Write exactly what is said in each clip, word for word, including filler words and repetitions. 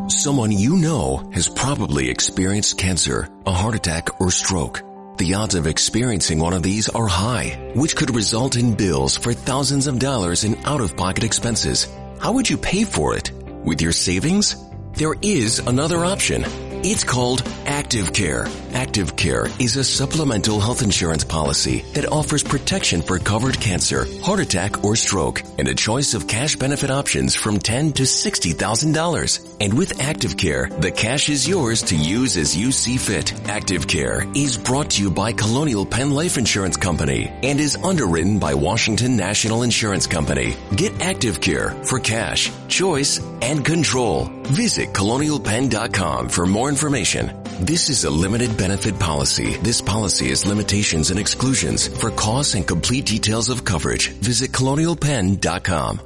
Someone you know has probably experienced cancer, a heart attack, or stroke. The odds of experiencing one of these are high, which could result in bills for thousands of dollars in out-of-pocket expenses. How would you pay for it? With your savings? There is another option. It's called Active Care. Active Care is a supplemental health insurance policy that offers protection for covered cancer, heart attack, or stroke, and a choice of cash benefit options from ten thousand dollars to sixty thousand dollars. And with Active Care, the cash is yours to use as you see fit. Active Care is brought to you by Colonial Penn Life Insurance Company and is underwritten by Washington National Insurance Company. Get Active Care for cash, choice, and control. Visit colonial penn dot com for more information. This is a limited benefit policy. This policy has limitations and exclusions. For costs and complete details of coverage, visit colonial penn dot com.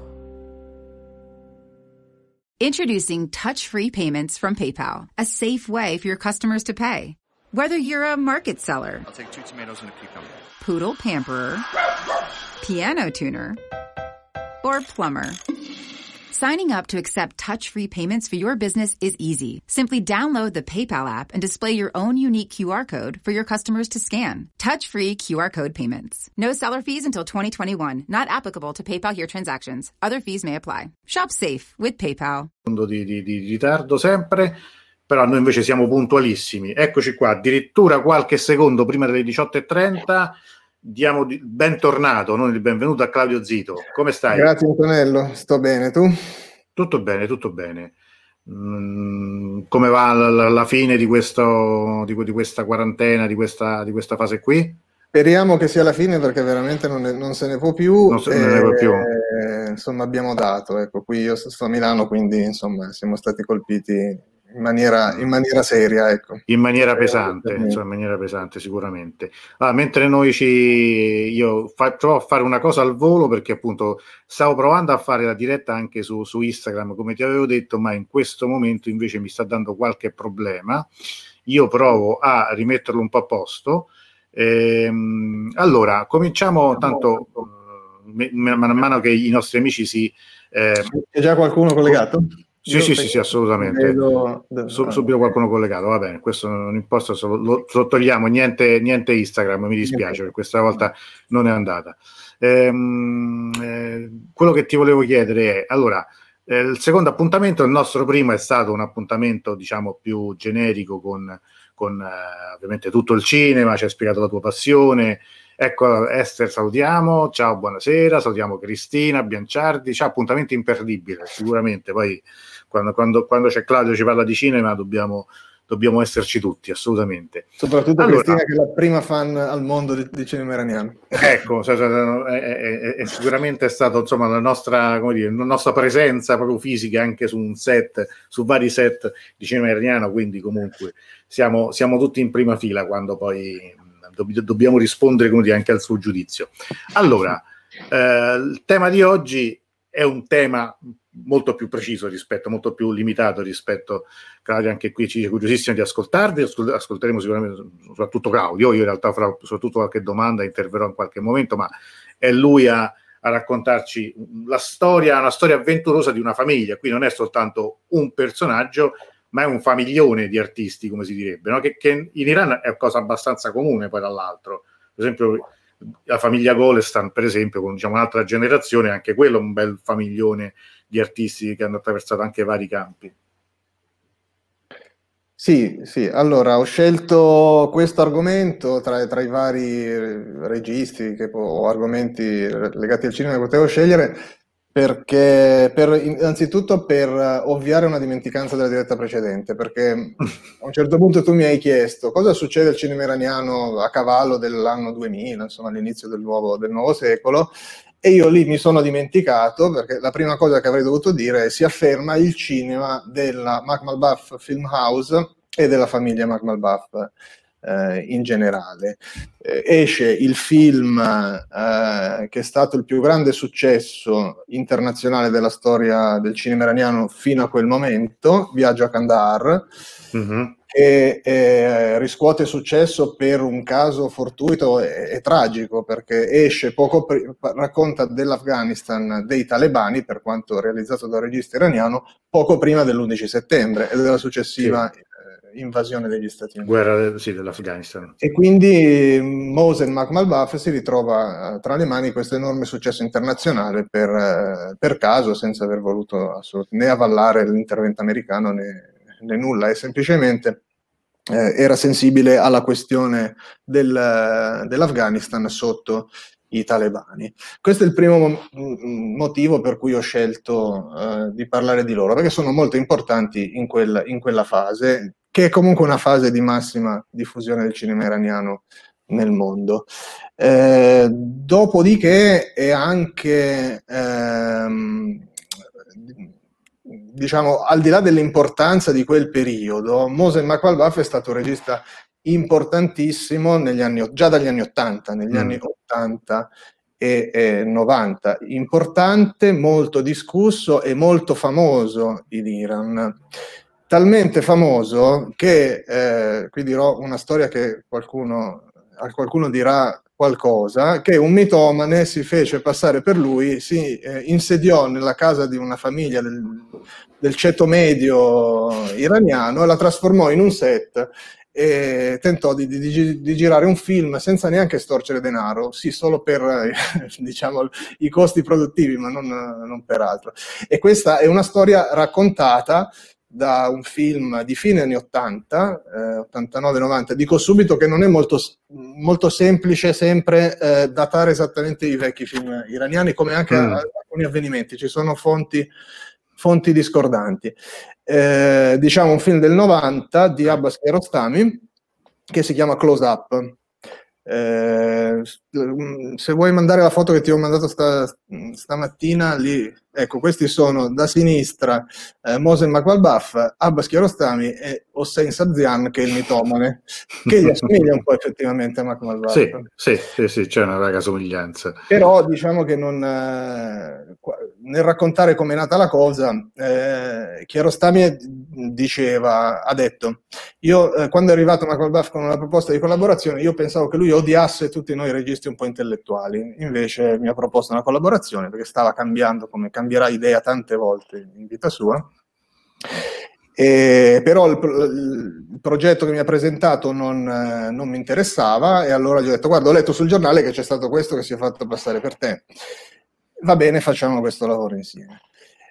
Introducing touch-free payments from PayPal, a safe way for your customers to pay. Whether you're a market seller, I'll take two tomatoes and a cucumber, poodle pamperer, piano tuner, or plumber. Signing up to accept touch-free payments for your business is easy. Simply download the PayPal app and display your own unique Q R code for your customers to scan. Touch-free Q R code payments. No seller fees until twenty twenty-one. Not applicable to PayPal here transactions. Other fees may apply. Shop safe with PayPal. Di, di, di ritardo sempre, però noi invece siamo puntualissimi. Eccoci qua, addirittura qualche secondo prima delle diciotto e trenta. Diamo il bentornato, non il benvenuto a Claudio Zito. Come stai? Grazie Antonello, sto bene, tu? Tutto bene, tutto bene. Mm, come va la, la fine di, questo, di, di questa quarantena, di questa, di questa fase qui? Speriamo che sia la fine, perché veramente non, ne, non se ne può più. Non se ne può più. Eh, insomma, abbiamo dato. Ecco, qui io sto a Milano, quindi insomma siamo stati colpiti in maniera, in maniera seria, ecco. In maniera pesante, eh, insomma, in maniera pesante sicuramente. Allora, mentre noi ci io fa, provo a fare una cosa al volo, perché appunto stavo provando a fare la diretta anche su, su Instagram, come ti avevo detto, ma in questo momento invece mi sta dando qualche problema. Io provo a rimetterlo un po' a posto. Ehm, allora, cominciamo tanto man mano che i nostri amici si eh, c'è già qualcuno collegato? Sì, sì, sì, sì, assolutamente. Vedo... Sub, subito qualcuno collegato, va bene, questo non importa, lo, lo, lo togliamo, niente, niente Instagram, mi dispiace, perché questa volta non è andata. Ehm, eh, quello che ti volevo chiedere è, allora, eh, il secondo appuntamento, il nostro primo è stato un appuntamento, diciamo, più generico con, con eh, ovviamente tutto il cinema, ci hai spiegato la tua passione. Ecco, Esther, salutiamo, ciao, buonasera, salutiamo Cristina Bianciardi, ciao, appuntamento imperdibile, sicuramente, poi quando, quando, quando c'è Claudio ci parla di cinema dobbiamo, dobbiamo esserci tutti, assolutamente. Soprattutto allora, Cristina, che è la prima fan al mondo di, di cinema iraniano. Ecco, è, è, è sicuramente è stata, insomma, la nostra, come dire, la nostra presenza proprio fisica anche su un set, su vari set di cinema iraniano, quindi comunque siamo, siamo tutti in prima fila quando poi dobbiamo rispondere, come dire, anche al suo giudizio. Allora, eh, il tema di oggi è un tema molto più preciso rispetto, molto più limitato rispetto, Claudio anche qui ci è curiosissimo di ascoltarvi, ascol- ascolteremo sicuramente soprattutto Claudio, io in realtà farò soprattutto qualche domanda, interverrò in qualche momento, ma è lui a, a raccontarci la storia, una storia avventurosa di una famiglia. Qui non è soltanto un personaggio, ma è un famiglione di artisti, come si direbbe, no? che, che in Iran è una cosa abbastanza comune poi dall'altro. Per esempio la famiglia Golestan, per esempio, con, diciamo, un'altra generazione, anche quello è un bel famiglione di artisti che hanno attraversato anche vari campi. Sì, sì, allora ho scelto questo argomento tra, tra i vari registi che, o argomenti legati al cinema che potevo scegliere, perché per, innanzitutto per ovviare una dimenticanza della diretta precedente, perché a un certo punto tu mi hai chiesto cosa succede al cinema iraniano a cavallo dell'anno duemila, insomma all'inizio del nuovo, del nuovo secolo, e io lì mi sono dimenticato, perché la prima cosa che avrei dovuto dire è: si afferma il cinema della Makhmalbaf Film House e della famiglia Makhmalbaf eh, in generale. Eh, esce il film eh, che è stato il più grande successo internazionale della storia del cinema iraniano fino a quel momento, Viaggio a Kandahar, mm-hmm. che eh, riscuote successo per un caso fortuito e, e tragico, perché esce poco prima, racconta dell'Afghanistan dei talebani, per quanto realizzato da un regista iraniano, poco prima dell'undici settembre e della successiva sì. eh, invasione degli Stati Uniti. Guerra sì, dell'Afghanistan. E quindi Mohsen Makhmalbaf si ritrova tra le mani questo enorme successo internazionale per, per caso, senza aver voluto assolutamente né avallare l'intervento americano né né nulla, è semplicemente eh, era sensibile alla questione del, dell'Afghanistan sotto i talebani. Questo è il primo mo- motivo per cui ho scelto eh, di parlare di loro, perché sono molto importanti in, quel, in quella fase, che è comunque una fase di massima diffusione del cinema iraniano nel mondo. Eh, dopodiché è anche ehm, diciamo, al di là dell'importanza di quel periodo, Mohsen Makhmalbaf è stato un regista importantissimo negli anni, già dagli anni ottanta, negli mm. anni ottanta e, e novanta, importante, molto discusso e molto famoso in Iran. Talmente famoso che, eh, qui dirò una storia che qualcuno, a qualcuno dirà qualcosa, che un mitomane si fece passare per lui, si eh, insediò nella casa di una famiglia del, del ceto medio iraniano e la trasformò in un set e tentò di, di, di girare un film senza neanche storcere denaro, sì, solo per eh, diciamo i costi produttivi, ma non, non per altro. E questa è una storia raccontata da un film di fine anni ottanta, eh, ottantanove novanta, dico subito che non è molto, molto semplice sempre eh, datare esattamente i vecchi film iraniani, come anche mm. a, alcuni avvenimenti, ci sono fonti, fonti discordanti. Eh, diciamo un film del novanta di Abbas Kiarostami che si chiama Close Up. Eh, se vuoi mandare la foto che ti ho mandato sta, stamattina, lì, ecco, questi sono da sinistra eh, Mohsen Makhmalbaf, Abbas Kiarostami e Hossein Sabzian, che è il mitomane, che gli assomiglia un po' effettivamente a Makhmalbaf. Sì, sì, sì, sì, c'è una vaga somiglianza. Però diciamo che non, eh, nel raccontare com'è nata la cosa, eh, Kiarostami diceva, ha detto, io eh, quando è arrivato Makhmalbaf con una proposta di collaborazione, io pensavo che lui odiasse tutti noi registi un po' intellettuali, invece mi ha proposto una collaborazione perché stava cambiando, come cambierà idea tante volte in vita sua. E, però il, il progetto che mi ha presentato non, eh, non mi interessava e allora gli ho detto: guarda, ho letto sul giornale che c'è stato questo che si è fatto passare per te, va bene, facciamo questo lavoro insieme.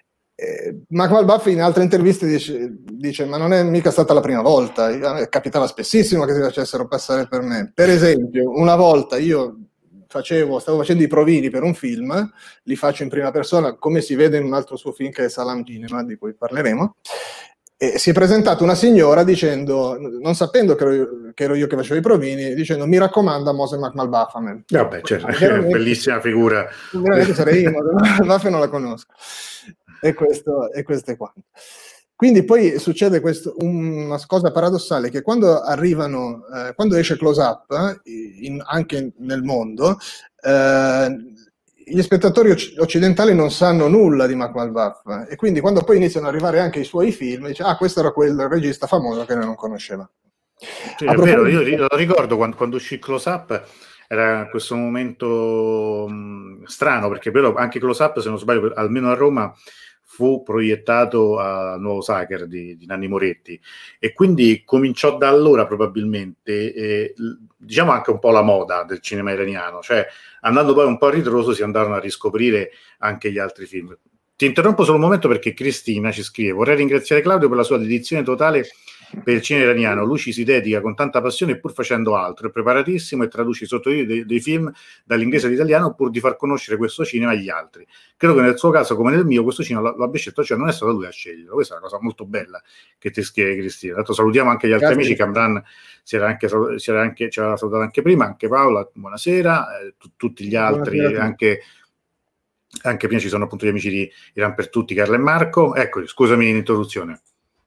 eh, Makhmalbaf in altre interviste dice, dice ma non è mica stata la prima volta, capitava spessissimo che si facessero passare per me. Per esempio, una volta io facevo, stavo facendo i provini per un film, li faccio in prima persona, come si vede in un altro suo film che è Salam Cinema, di cui parleremo. E si è presentata una signora dicendo, non sapendo che ero io che, ero io che facevo i provini, dicendo: mi raccomanda Mohsen Makhmalbaf a me. Vabbè, certo, ah, bellissima figura. Veramente sarei io, Makhmalbaf non la conosco. E questo, e questo è quanto. Quindi poi succede questo, una cosa paradossale, che quando arrivano, eh, quando esce Close Up, in, anche nel mondo, eh, gli spettatori occidentali non sanno nulla di Makhmalbaf e quindi quando poi iniziano ad arrivare anche i suoi film, dice: ah, questo era quel regista famoso che noi non conosceva. Sì, è vero, io, io lo ricordo quando, quando uscì Close Up, era questo momento mh, strano, perché però anche Close Up, se non sbaglio, almeno a Roma, fu proiettato a Nuovo Sacher di, di Nanni Moretti, e quindi cominciò da allora probabilmente eh, diciamo anche un po' la moda del cinema iraniano, cioè andando poi un po' a ritroso si andarono a riscoprire anche gli altri film. Ti interrompo solo un momento perché Cristina ci scrive: vorrei ringraziare Claudio per la sua dedizione totale per il cinema iraniano. Lui ci si dedica con tanta passione pur facendo altro, è preparatissimo e traduce i sottotitoli dei, dei film dall'inglese all'italiano pur di far conoscere questo cinema agli altri. Credo che nel suo caso, come nel mio, questo cinema lo abbia scelto, cioè non è stato lui a sceglierlo. Questa è una cosa molto bella che ti scrive Cristina. Tanto salutiamo anche gli altri Grazie. amici. Camran si era anche, si era anche, ci aveva salutato anche prima, anche Paola, buonasera, eh, t- tutti gli altri, buonasera. anche anche prima ci sono appunto gli amici di Iran per tutti, Carla e Marco. Ecco, scusami l'introduzione.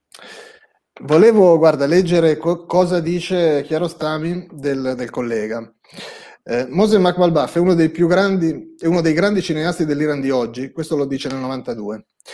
Volevo, guarda, leggere co- cosa dice Kiarostami del, del collega. Eh, Mohsen Makhmalbaf è uno dei più grandi, è uno dei grandi cineasti dell'Iran di oggi, questo lo dice nel novantadue.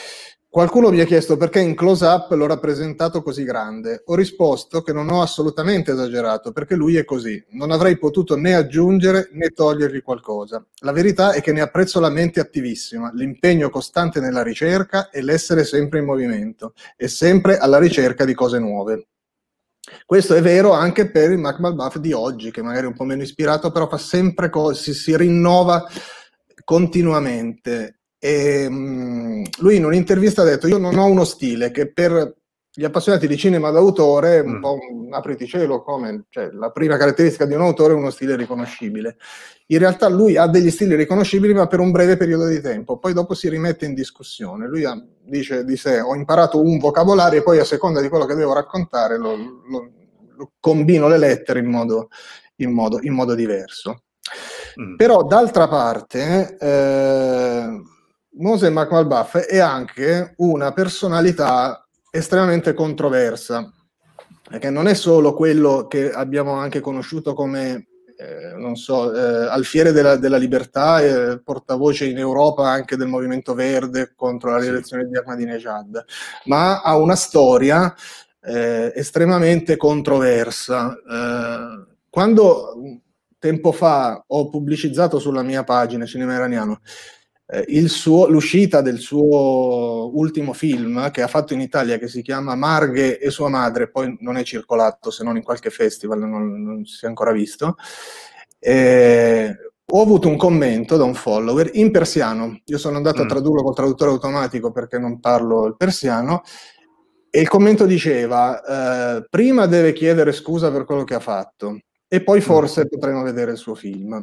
Qualcuno mi ha chiesto perché in close-up l'ho rappresentato così grande. Ho risposto che non ho assolutamente esagerato, perché lui è così. Non avrei potuto né aggiungere né togliergli qualcosa. La verità è che ne apprezzo la mente attivissima, l'impegno costante nella ricerca e l'essere sempre in movimento, e sempre alla ricerca di cose nuove. Questo è vero anche per il Mark Malbuff di oggi, che magari è un po' meno ispirato, però fa sempre cose, si, si rinnova continuamente. E, um, lui in un'intervista ha detto: io non ho uno stile che per gli appassionati di cinema d'autore, un mm. po' un apriti cielo, come cioè, la prima caratteristica di un autore è uno stile riconoscibile. In realtà lui ha degli stili riconoscibili, ma per un breve periodo di tempo, poi dopo si rimette in discussione. Lui ha, dice di sé: ho imparato un vocabolario e poi a seconda di quello che devo raccontare lo, lo, lo combino le lettere in modo, in modo, in modo diverso. Mm. Però d'altra parte eh, Mosen Malbuff è anche una personalità estremamente controversa, perché non è solo quello che abbiamo anche conosciuto come eh, non so, eh, alfiere della, della libertà, eh, portavoce in Europa anche del movimento verde contro la rielezione sì. di Ahmadinejad, ma ha una storia eh, estremamente controversa. Eh, quando tempo fa ho pubblicizzato sulla mia pagina Cinema Iraniano eh, il suo, l'uscita del suo ultimo film che ha fatto in Italia, che si chiama Marghe e sua madre, poi non è circolato se non in qualche festival, non, non si è ancora visto, eh, ho avuto un commento da un follower in persiano. Io sono andato mm. a tradurlo col traduttore automatico perché non parlo il persiano, e il commento diceva eh, prima deve chiedere scusa per quello che ha fatto e poi forse mm. potremo vedere il suo film.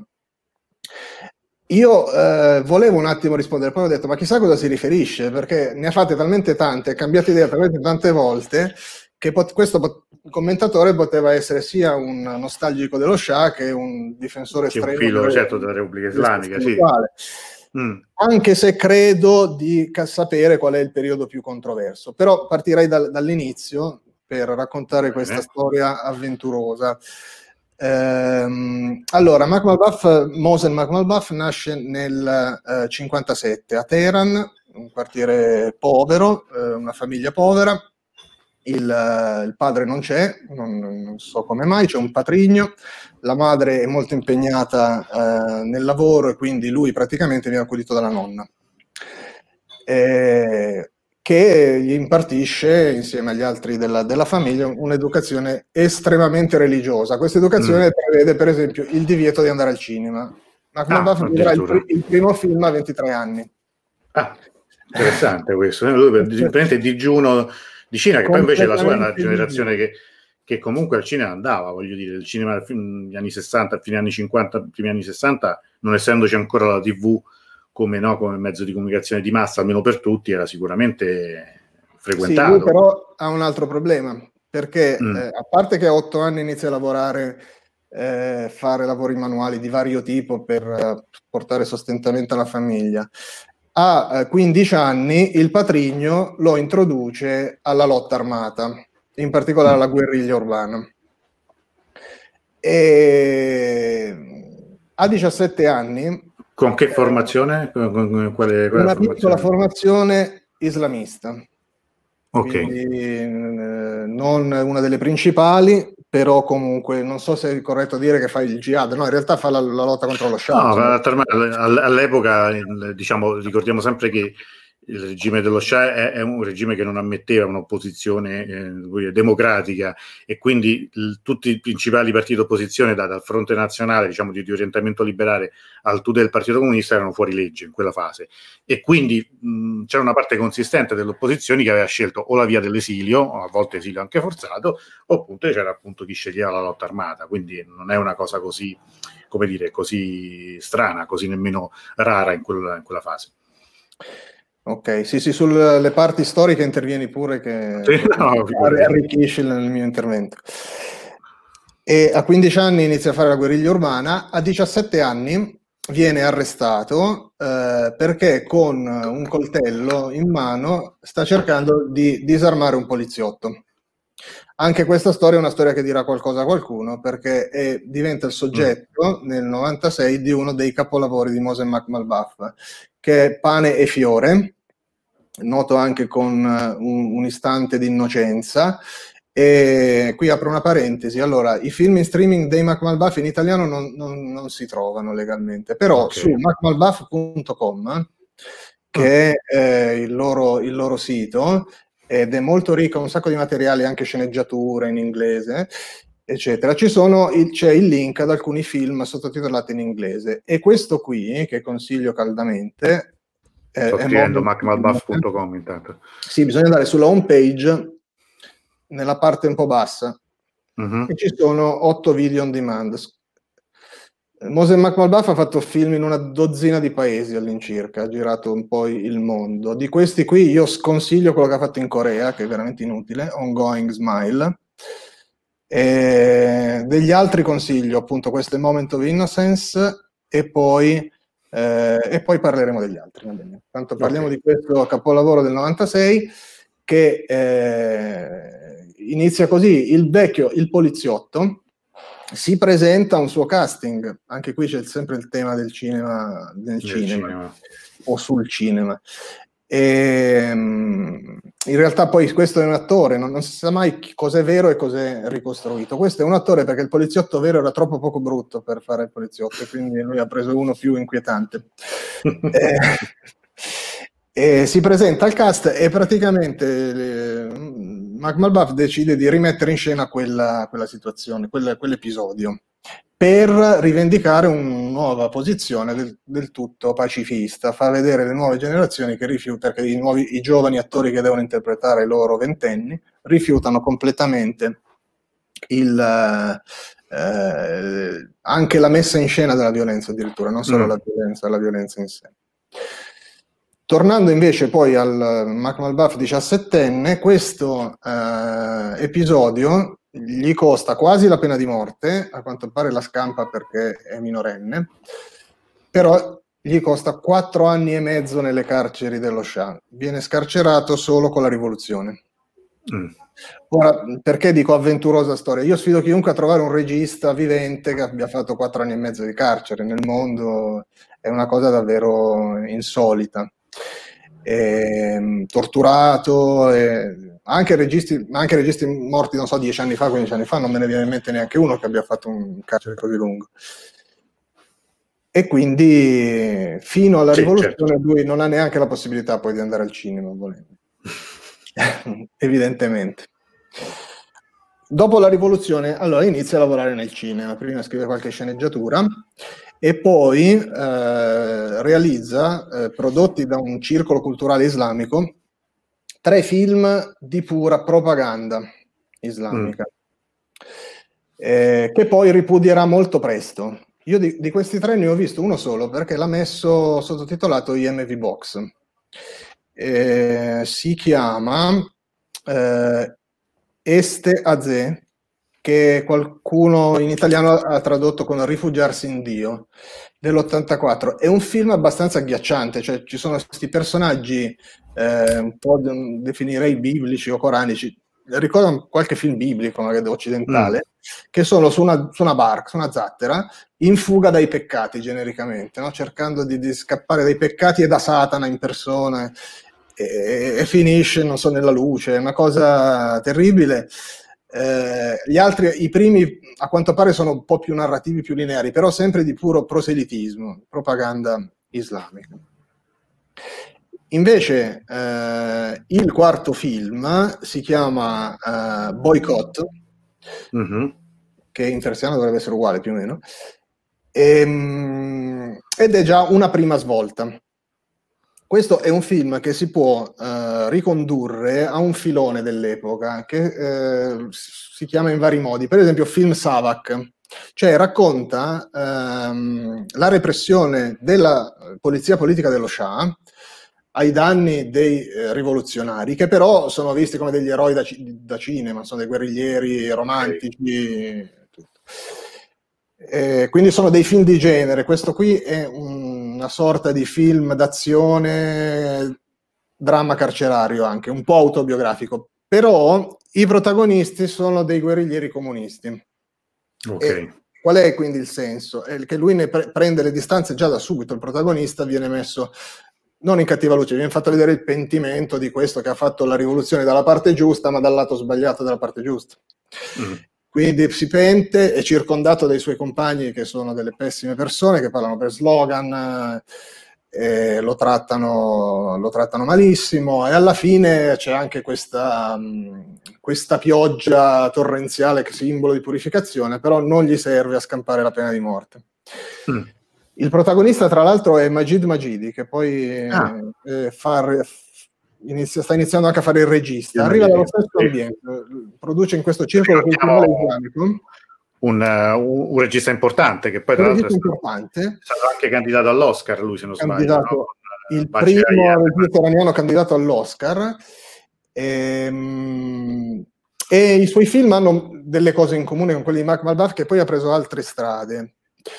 Io eh, volevo un attimo rispondere, poi ho detto ma chissà cosa si riferisce, perché ne ha fatte talmente tante, ha cambiato idea talmente tante volte, che pot- questo pot- commentatore poteva essere sia un nostalgico dello Shah che un difensore che estremo un filo, delle, certo, della Repubblica Islamica, sì. Mm. Anche se credo di sapere qual è il periodo più controverso, però partirei dal, dall'inizio per raccontare Bene. questa storia avventurosa. Ehm, allora, Mark Malbuff, Mosen Mark Malbuff nasce nel eh, cinquantasette a Teheran, un quartiere povero, eh, una famiglia povera. Il, il padre non c'è, non, non so come mai, c'è un patrigno. La madre è molto impegnata eh, nel lavoro e quindi lui praticamente viene accudito dalla nonna, eh, che gli impartisce, insieme agli altri della, della famiglia, un'educazione estremamente religiosa. Questa educazione mm. prevede, per esempio, il divieto di andare al cinema. Mark Malbuff ah, vedrà il, pr- il primo film a ventitré anni. Ah, interessante questo. Lui praticamente digiuno di cinema, che poi invece la sua è una generazione che, che comunque al cinema andava, voglio dire, il cinema negli anni sessanta, fine anni cinquanta, primi anni sessanta, non essendoci ancora la tivù come, no, come mezzo di comunicazione di massa, almeno per tutti, era sicuramente frequentato. Sì, lui però ha un altro problema, perché mm. eh, a parte che a otto anni inizia a lavorare, eh, fare lavori manuali di vario tipo per eh, portare sostentamento alla famiglia, a eh, quindici anni il patrigno lo introduce alla lotta armata, in particolare alla guerriglia urbana. E a diciassette anni... Con che formazione? Con, con, quale, quale una formazione? piccola formazione islamista. Ok. Quindi, eh, non una delle principali, però comunque non so se è corretto dire che fa il jihad, no, in realtà fa la, la lotta contro lo Shah. No, all'epoca, diciamo, ricordiamo sempre che il regime dello Shah è, è un regime che non ammetteva un'opposizione eh, democratica, e quindi il, tutti i principali partiti d'opposizione, da, dal Fronte Nazionale, diciamo di, di orientamento liberale, al T U D del Partito Comunista, erano fuori legge in quella fase, e quindi mh, c'era una parte consistente dell'opposizione che aveva scelto o la via dell'esilio, a volte esilio anche forzato, o appunto c'era appunto chi sceglieva la lotta armata. Quindi non è una cosa così, come dire, così strana, così nemmeno rara in quella, in quella fase. Ok, sì, sì, sulle parti storiche intervieni pure, che sì, no, arricchisci nel mio intervento. E a quindici anni inizia a fare la guerriglia urbana, a diciassette anni viene arrestato eh, perché con un coltello in mano sta cercando di disarmare un poliziotto. Anche questa storia è una storia che dirà qualcosa a qualcuno, perché è, diventa il soggetto mm. nel novantasei di uno dei capolavori di Mosen Malbuff, che è Pane e Fiore, noto anche con un, un istante di innocenza. E qui apro una parentesi. Allora, i film in streaming dei Mac Malbuff in italiano non, non, non si trovano legalmente, però okay. su mac malbuff punto com, che è eh, il, loro, il loro sito, ed è molto ricco, un sacco di materiali, anche sceneggiature in inglese, eccetera. Ci sono il, c'è il link ad alcuni film sottotitolati in inglese, e questo qui, che consiglio caldamente, eh, sto scrivendo mac malbuff punto com intanto. Sì, bisogna andare sulla home page, nella parte un po' bassa, uh-huh. e ci sono otto video on demand. Mose Mac Malbuff ha fatto film in una dozzina di paesi all'incirca, ha girato un po' il mondo. Di questi qui io sconsiglio quello che ha fatto in Corea, che è veramente inutile, Ongoing Smile. E degli altri consiglio appunto questo Moment of Innocence, e poi, eh, e poi parleremo degli altri. Va bene. Tanto parliamo okay. di questo capolavoro del novantasei, che eh, inizia così: il vecchio, il poliziotto, si presenta a un suo casting. Anche qui c'è sempre il tema del cinema, del cinema, cinema o sul cinema. E, in realtà poi questo è un attore, non, non si sa mai cos'è vero e cos'è ricostruito. Questo è un attore perché il poliziotto vero era troppo poco brutto per fare il poliziotto, e quindi lui ha preso uno più inquietante. e, e si presenta al cast, e praticamente eh, Mac Malbuff decide di rimettere in scena quella, quella situazione, quella, quell'episodio, per rivendicare una nuova posizione del, del tutto pacifista, far vedere le nuove generazioni che rifiutano, perché i, nuovi, i giovani attori che devono interpretare i loro ventenni rifiutano completamente il, eh, anche la messa in scena della violenza, addirittura, non solo mm. la violenza, la violenza in sé. Tornando invece poi al Mac Malbuff diciassettenne, questo eh, episodio gli costa quasi la pena di morte, a quanto pare la scampa perché è minorenne, però gli costa quattro anni e mezzo nelle carceri dello Shah. Viene scarcerato solo con la rivoluzione. Mm. Ora, perché dico avventurosa storia? Io sfido chiunque a trovare un regista vivente che abbia fatto quattro anni e mezzo di carcere. Nel mondo è una cosa davvero insolita. E, torturato, e anche registi, anche registi morti, non so, dieci anni fa, quindici anni fa, non me ne viene in mente neanche uno che abbia fatto un carcere così lungo. E quindi fino alla sì, rivoluzione certo. lui non ha neanche la possibilità poi di andare al cinema, volendo. Evidentemente. Dopo la rivoluzione, allora inizia a lavorare nel cinema, prima scrive qualche sceneggiatura, e poi eh, realizza, eh, prodotti da un circolo culturale islamico, tre film di pura propaganda islamica, mm. eh, che poi ripudierà molto presto. Io di, di questi tre ne ho visto uno solo, perché l'ha messo sottotitolato I M V Box. Eh, si chiama eh, Este Azé, che qualcuno in italiano ha tradotto con Rifugiarsi in Dio, dell'ottantaquattro. È un film abbastanza agghiacciante, cioè ci sono questi personaggi eh, un po' definirei biblici o coranici, ricordano qualche film biblico magari occidentale, mm. che sono su una, su una barca, su una zattera, in fuga dai peccati genericamente, no? Cercando di, di scappare dai peccati e da Satana in persona, e, e finisce, non so, nella luce. È una cosa terribile. Eh, gli altri, i primi, a quanto pare sono un po' più narrativi, più lineari, però sempre di puro proselitismo, propaganda islamica. Invece eh, il quarto film si chiama eh, Boycott, mm-hmm. che in persiano dovrebbe essere uguale più o meno, e, ed è già una prima svolta. Questo è un film che si può eh, ricondurre a un filone dell'epoca che eh, si chiama in vari modi. Per esempio Film Savak, cioè racconta ehm, la repressione della polizia politica dello Shah ai danni dei eh, rivoluzionari, che però sono visti come degli eroi da, da cinema, sono dei guerriglieri romantici, tutto. Eh, quindi sono dei film di genere. Questo qui è un, una sorta di film d'azione, dramma carcerario anche, un po' autobiografico, però i protagonisti sono dei guerriglieri comunisti. Okay. E qual è quindi il senso? È che lui ne pre- prende le distanze già da subito, il protagonista viene messo non in cattiva luce, viene fatto vedere il pentimento di questo che ha fatto la rivoluzione dalla parte giusta, ma dal lato sbagliato della parte giusta. Mm. Quindi si pente, è circondato dai suoi compagni che sono delle pessime persone, che parlano per slogan, eh, lo trattano, lo trattano malissimo, e alla fine c'è anche questa, mh, questa pioggia torrenziale, simbolo di purificazione, però non gli serve a scampare la pena di morte. Mm. Il protagonista, tra l'altro, è Majid Majidi, che poi ah. eh, fa, inizia, sta iniziando anche a fare il regista. Io Arriva dallo stesso sì. ambiente, produce in questo circolo culturale islamico. Un, uh, un regista importante, che poi tra l'altro è stato, è stato anche candidato all'Oscar, lui se non candidato, sbaglio. No? Il Baci primo regista iraniano candidato all'Oscar. Ehm, e i suoi film hanno delle cose in comune con quelli di Mark Malbaf, che poi ha preso altre strade.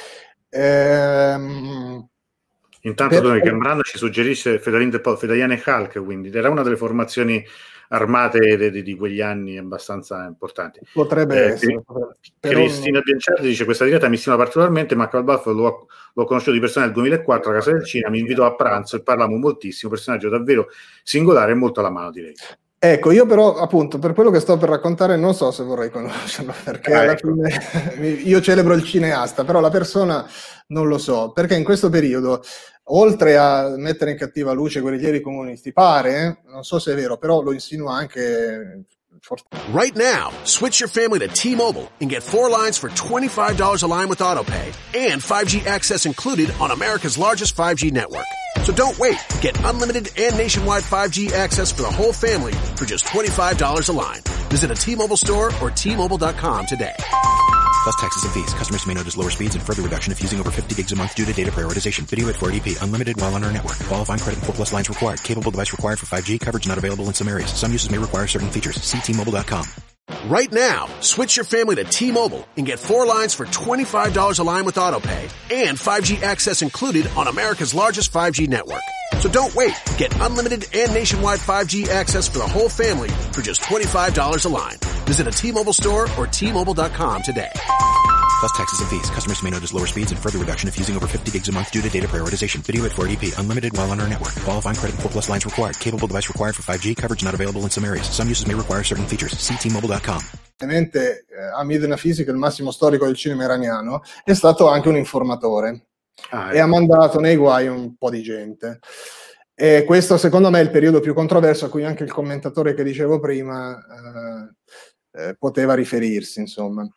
Ehm, Intanto per... Cambrano ci suggerisce Fedayeen Khalk, quindi era una delle formazioni armate di, di, di quegli anni abbastanza importanti. Potrebbe eh, essere. Cristina però... Bianciardi dice: questa diretta mi stima particolarmente, Mark Malbaf l'ho, l'ho conosciuto di persona nel duemilaquattro a Casa del Cinema, mi invitò a pranzo e parlammo moltissimo, personaggio davvero singolare e molto alla mano, direi. Ecco, io però appunto per quello che sto per raccontare non so se vorrei conoscerlo, perché ah, alla ecco. fine io celebro il cineasta, però la persona non lo so, perché in questo periodo, oltre a mettere in cattiva luce i guerriglieri comunisti, pare, non so se è vero, però lo insinua anche... Right now, switch your family to T-Mobile and get four lines for twenty-five dollars a line with AutoPay and five G access included on America's largest five G network. So don't wait. Get unlimited and nationwide five G access for the whole family for just twenty-five dollars a line. Visit a T-Mobile store or T Mobile dot com today. Plus taxes and fees. Customers may notice lower speeds and further reduction if using over fifty gigs a month due to data prioritization. Video at four eighty p. Unlimited while on our network. Qualifying credit and four plus lines required. Capable device required for five G. Coverage not available in some areas. Some uses may require certain features. See T Mobile dot com. Right now, switch your family to T-Mobile and get four lines for twenty-five dollars a line with AutoPay and five G access included on America's largest five G network. So don't wait. Get unlimited and nationwide five G access for the whole family for just twenty-five dollars a line. Visit a T-Mobile store or T Mobile dot com today. Plus taxes and fees. Customers may notice lower speeds and further reduction if using over fifty gigs a month due to data prioritization. Video at four eighty p. Unlimited while on our network. Qualifying credit and four plus lines required. Capable device required for five G. Coverage not available in some areas. Some uses may require certain features. See T Mobile dot com. Ovviamente eh, Hamid Nafizi, che è il massimo storico del cinema iraniano, è stato anche un informatore ah, e ha mandato nei guai un po' di gente. E questo secondo me è il periodo più controverso a cui anche il commentatore che dicevo prima eh, eh, poteva riferirsi, insomma.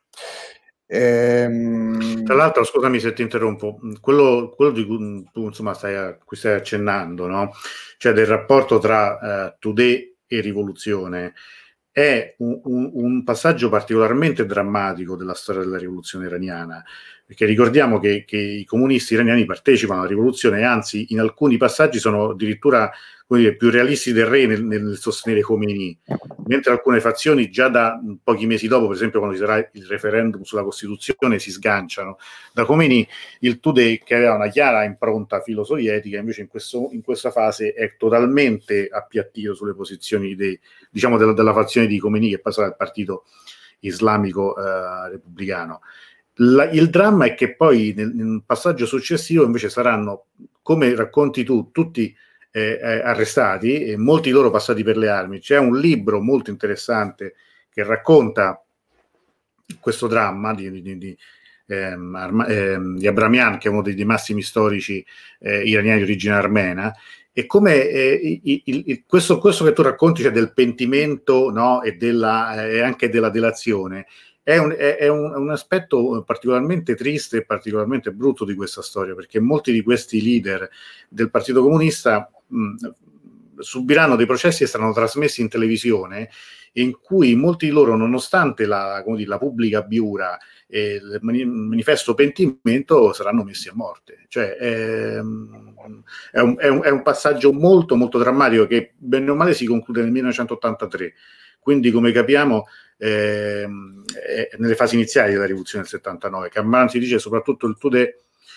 Ehm... Tra l'altro, scusami se ti interrompo, quello, quello di cui tu insomma stai, a, cui stai accennando, no? Cioè del rapporto tra uh, Today e rivoluzione, è un, un, un passaggio particolarmente drammatico della storia della rivoluzione iraniana, perché ricordiamo che, che i comunisti iraniani partecipano alla rivoluzione e anzi in alcuni passaggi sono addirittura, come dire, più realisti del re nel, nel sostenere Khomeini, mentre alcune fazioni già da pochi mesi dopo, per esempio quando ci sarà il referendum sulla Costituzione, si sganciano da Khomeini. Il Today, che aveva una chiara impronta filo-sovietica, invece in, questo, in questa fase è totalmente appiattito sulle posizioni dei, diciamo della, della fazione di Khomeini, che passa dal partito islamico eh, repubblicano. La, il dramma è che poi nel, nel passaggio successivo invece saranno, come racconti tu, tutti eh, eh, arrestati e molti loro passati per le armi. C'è un libro molto interessante che racconta questo dramma di, di, di, ehm, Arma, ehm, di Abramian, che è uno dei, dei massimi storici eh, iraniani di origine armena, e come eh, il, il, questo, questo che tu racconti, cioè del pentimento, no, e, della, e anche della delazione, È, un, è, è un, un aspetto particolarmente triste e particolarmente brutto di questa storia, perché molti di questi leader del Partito Comunista mh, subiranno dei processi che saranno trasmessi in televisione, in cui molti di loro, nonostante la, come dire, la pubblica abiura e il manifesto pentimento, saranno messi a morte. Cioè, è, è, un, è, un, è un passaggio molto molto drammatico che bene o male si conclude nel millenovecentottantatré, quindi come capiamo Eh, eh, nelle fasi iniziali della rivoluzione del settantanove. Cambrano si dice soprattutto il Today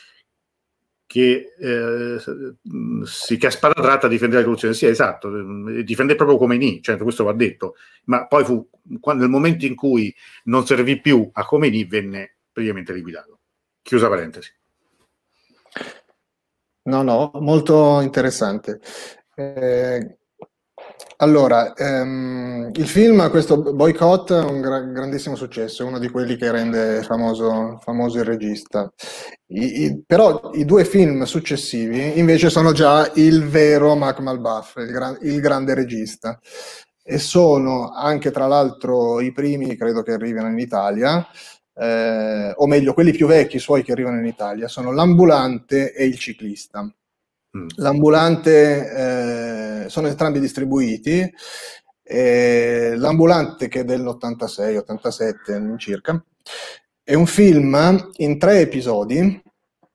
che eh, si che a spada tratta difende la rivoluzione. Sì, esatto, difende proprio Khomeini, cioè questo va detto, ma poi fu quando, nel momento in cui non servì più a Khomeini, venne praticamente liquidato. Chiusa parentesi. No, no, molto interessante. Eh, allora, ehm, il film, questo Boycott, è un gra- grandissimo successo, è uno di quelli che rende famoso, famoso il regista. I- i- però i due film successivi invece sono già il vero Mark Malpass, il, gran- il grande regista, e sono anche tra l'altro i primi, credo che arrivino in Italia, eh, o meglio, quelli più vecchi suoi che arrivano in Italia, sono L'Ambulante e Il Ciclista. Mm. L'Ambulante, eh, sono entrambi distribuiti. Eh, L'Ambulante, che è dell'ottantasei ottantasette circa, è un film in tre episodi.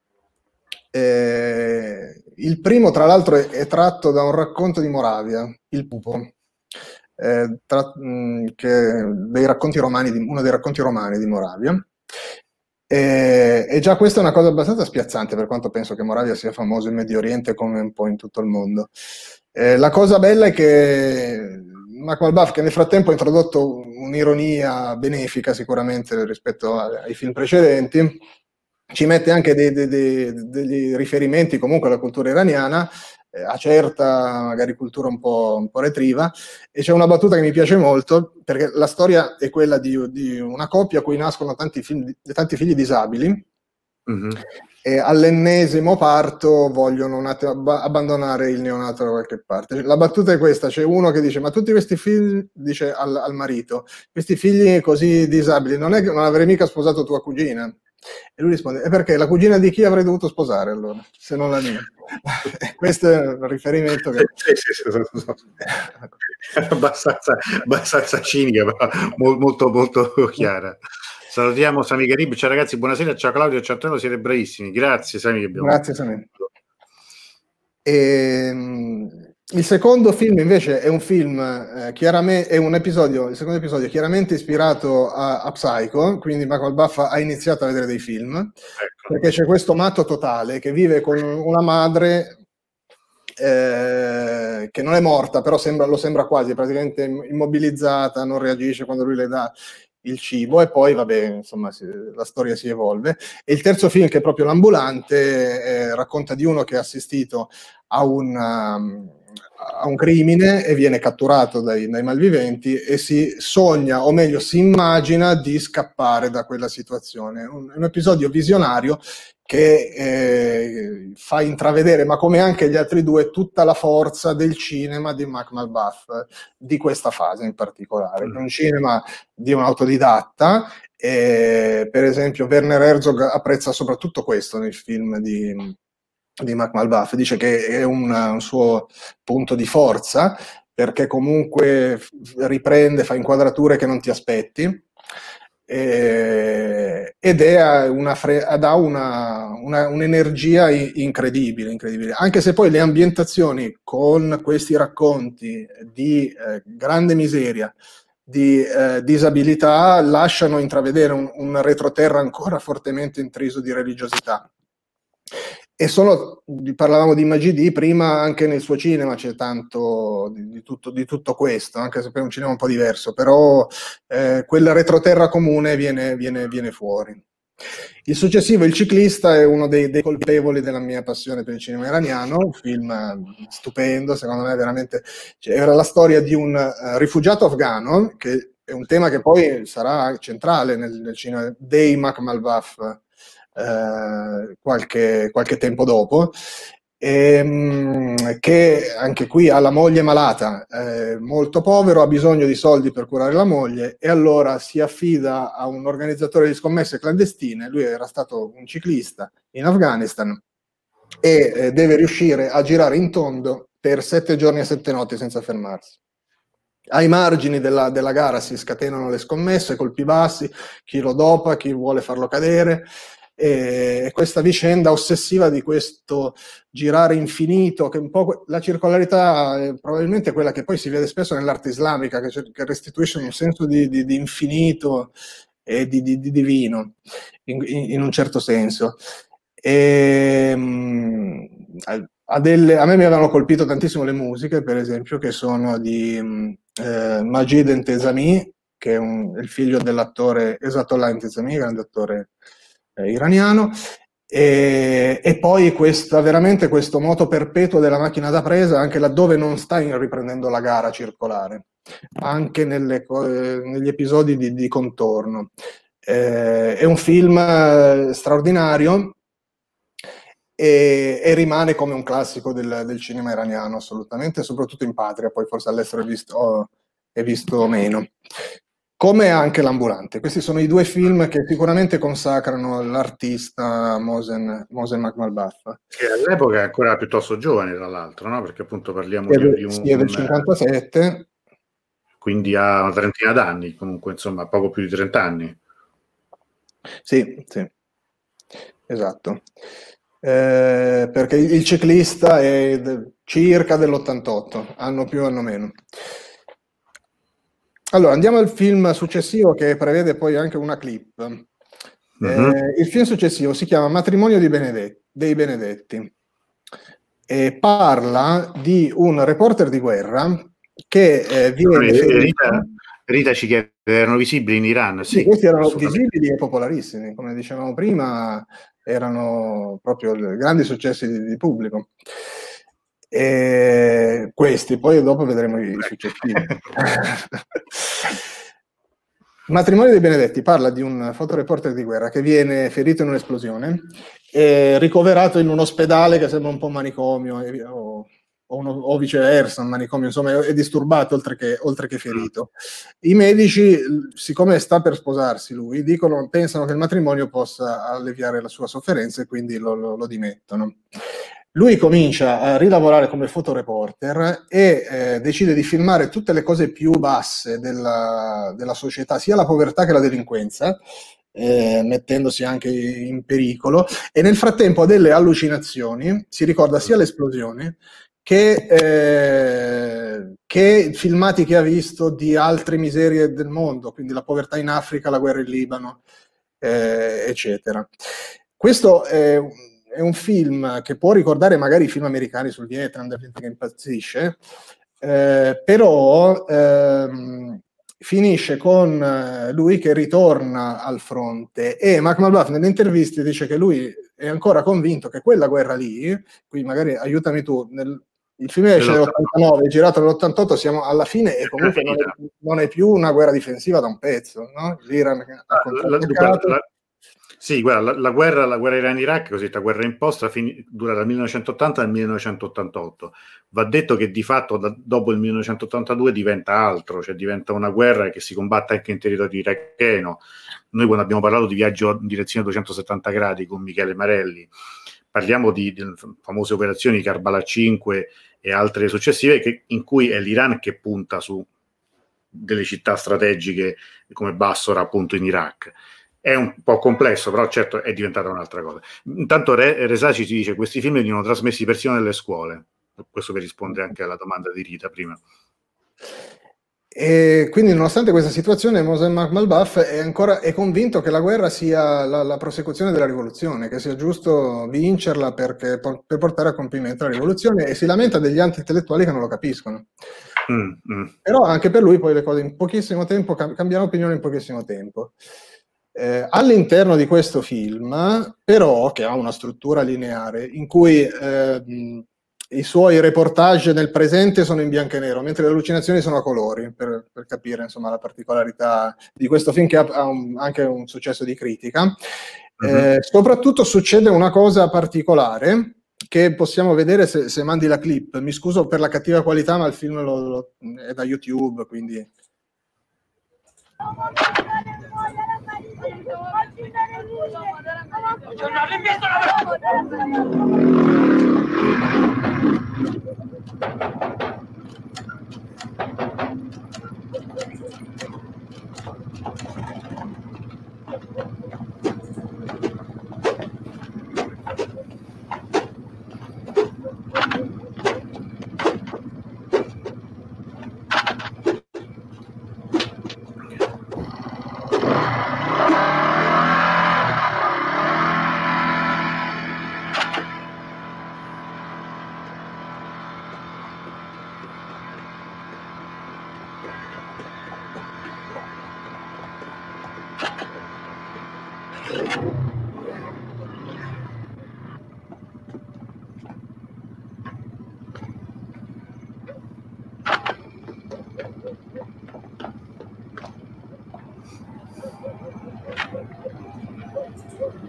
Eh, il primo, tra l'altro, è, è tratto da un racconto di Moravia, Il Pupo, eh, tra, mh, che, dei racconti romani di, uno dei racconti romani di Moravia. E, e già questa è una cosa abbastanza spiazzante, per quanto penso che Moravia sia famoso in Medio Oriente come un po' in tutto il mondo. Eh, la cosa bella è che Mark Malpass, che nel frattempo ha introdotto un'ironia benefica sicuramente rispetto ai film precedenti, ci mette anche dei, dei, dei, degli riferimenti comunque alla cultura iraniana, eh, a certa magari cultura un po', un po' retriva, e c'è una battuta che mi piace molto, perché la storia è quella di, di una coppia a cui nascono tanti, film, tanti figli disabili, mm-hmm. e all'ennesimo parto vogliono un attimo ab- abbandonare il neonato da qualche parte. La battuta è questa: c'è uno che dice: ma tutti questi figli, dice al, al marito, questi figli così disabili, non è che non avrei mica sposato tua cugina? E lui risponde: e perché? La cugina di chi avrei dovuto sposare allora, se non la mia? Questo è un riferimento che... sì, sì, sì, sì, sì. abbastanza, abbastanza cinica, però molto molto chiara. Salutiamo Sami Garib. Ciao ragazzi, buonasera. Ciao Claudio, ciao Antonio, siete bravissimi. Grazie Sami. Che abbiamo... Grazie Sami. E, il secondo film invece è un film eh, chiaramente è un episodio, il secondo episodio è chiaramente ispirato a, a Psycho, quindi Mark Malpass ha iniziato a vedere dei film, ecco. Perché c'è questo matto totale che vive con una madre eh, che non è morta, però sembra, lo sembra quasi, praticamente immobilizzata, non reagisce quando lui le dà il cibo, e poi vabbè, insomma, si, la storia si evolve. E il terzo film, che è proprio L'Ambulante, eh, racconta di uno che ha assistito a un, um, a un crimine e viene catturato dai, dai malviventi e si sogna, o meglio si immagina di scappare da quella situazione. Un, un episodio visionario che eh, fa intravedere, ma come anche gli altri due, tutta la forza del cinema di Mark Malpass, di questa fase in particolare, mm. che è un cinema di un autodidatta. E, per esempio, Werner Herzog apprezza soprattutto questo nel film di, di Mark Malpass, dice che è un, un suo punto di forza, perché comunque riprende, fa inquadrature che non ti aspetti, eh, ed è una fre- ha una, una, un'energia incredibile, incredibile, anche se poi le ambientazioni con questi racconti di eh, grande miseria, di eh, disabilità, lasciano intravedere un, un retroterra ancora fortemente intriso di religiosità. E sono, parlavamo di Majidi prima, anche nel suo cinema c'è tanto di, di, tutto, di tutto questo, anche se è un cinema un po' diverso, però eh, quel retroterra comune viene, viene, viene fuori. Il successivo, Il Ciclista, è uno dei, dei colpevoli della mia passione per il cinema iraniano, un film stupendo, secondo me veramente, cioè, era la storia di un uh, rifugiato afghano, che è un tema che poi sarà centrale nel, nel cinema dei Mark Malpass, Uh, qualche, qualche tempo dopo, e, um, che anche qui ha la moglie malata, eh, molto povero, ha bisogno di soldi per curare la moglie, e allora si affida a un organizzatore di scommesse clandestine. Lui era stato un ciclista in Afghanistan e eh, deve riuscire a girare in tondo per sette giorni e sette notti senza fermarsi. Ai margini della, della gara si scatenano le scommesse, colpi bassi, chi lo dopa, chi vuole farlo cadere, e questa vicenda ossessiva di questo girare infinito, che un po' la circolarità è probabilmente quella che poi si vede spesso nell'arte islamica, che, che restituisce un senso di, di, di infinito e di, di, di divino in, in un certo senso. E, mh, a, delle, a me mi avevano colpito tantissimo le musiche, per esempio, che sono di eh, Majid Entezami, che è, un, è il figlio dell'attore Esatollah Entezami, grande attore iraniano, E, e poi questa, veramente questo moto perpetuo della macchina da presa anche laddove non sta riprendendo la gara circolare, anche nelle, eh, negli episodi di, di contorno. Eh, è un film eh, straordinario e, e rimane come un classico del, del cinema iraniano, assolutamente, soprattutto in patria, poi forse all'estero è visto, oh, è visto meno. Come anche L'Ambulante. Questi sono i due film che sicuramente consacrano l'artista Mohsen, Mohsen Makhmalbaf. Che all'epoca è ancora piuttosto giovane, tra l'altro, no? Perché appunto parliamo Sì, di, di un... sì, è del cinquantasette. Quindi ha una trentina d'anni, comunque, insomma, poco più di trenta anni. Sì, sì, esatto. Eh, perché il ciclista è de- circa dell'ottantotto, anno più, anno meno. Allora, andiamo al film successivo che prevede poi anche una clip. Mm-hmm. Eh, il film successivo si chiama Matrimonio di Benedetti, dei Benedetti e parla di un reporter di guerra che eh, viene ferito. Rita, Rita ci chiede, erano visibili in Iran? Sì, sì, questi erano visibili e popolarissimi, come dicevamo prima, erano proprio grandi successi di, di pubblico. E questi, poi dopo vedremo i successivi. Matrimonio dei Benedetti parla di un fotoreporter di guerra che viene ferito in un'esplosione e ricoverato in un ospedale che sembra un po' un manicomio o, o, uno, o viceversa un manicomio, insomma è disturbato oltre che, oltre che ferito. I medici, siccome sta per sposarsi lui, dicono, pensano che il matrimonio possa alleviare la sua sofferenza e quindi lo, lo, lo dimettono. Lui comincia a rilavorare come fotoreporter e eh, decide di filmare tutte le cose più basse della, della società, sia la povertà che la delinquenza, eh, mettendosi anche in pericolo, e nel frattempo ha delle allucinazioni, si ricorda sia l'esplosione che, eh, che filmati che ha visto di altre miserie del mondo, quindi la povertà in Africa, la guerra in Libano, eh, eccetera. Questo è è un film che può ricordare magari i film americani sul Vietnam, da gente che impazzisce, eh, però ehm, finisce con lui che ritorna al fronte e Makhmalbaf nelle interviste dice che lui è ancora convinto che quella guerra lì, qui magari aiutami tu, nel, il film esce nell'ottantanove, è girato nell'ottantotto, siamo alla fine e comunque non è, non è più una guerra difensiva da un pezzo, no? L'Iran ha contrattaccato. Sì, guarda, la, la guerra, la guerra Iran-Iraq, cosiddetta guerra imposta, fin- dura dal millenovecentottanta al millenovecentottantotto. Va detto che di fatto da, dopo il millenovecentottantadue diventa altro, cioè diventa una guerra che si combatte anche in territorio iracheno. Noi quando abbiamo parlato di viaggio in direzione duecentosettanta gradi con Michele Marelli, parliamo di, di famose operazioni Karbala cinque e altre successive che, in cui è l'Iran che punta su delle città strategiche come Bassora appunto in Iraq. È un po' complesso, però certo è diventata un'altra cosa. Intanto Re, Resaci ci dice questi film venivano trasmessi persino nelle scuole. Questo per rispondere anche alla domanda di Rita prima. E quindi nonostante questa situazione Mohsen Makhmalbaf è ancora è convinto che la guerra sia la, la prosecuzione della rivoluzione, che sia giusto vincerla perché, per portare a compimento la rivoluzione, e si lamenta degli anti-intellettuali che non lo capiscono. Mm, mm. Però anche per lui poi le cose in pochissimo tempo cambiano opinione in pochissimo tempo. Eh, all'interno di questo film, però, che ha una struttura lineare, in cui eh, i suoi reportage nel presente sono in bianco e nero, mentre le allucinazioni sono a colori, per, per capire insomma la particolarità di questo film che ha, ha un, anche un successo di critica. Uh-huh. Eh, soprattutto succede una cosa particolare che possiamo vedere se, se mandi la clip. Mi scuso per la cattiva qualità, ma il film lo, lo, è da YouTube, quindi...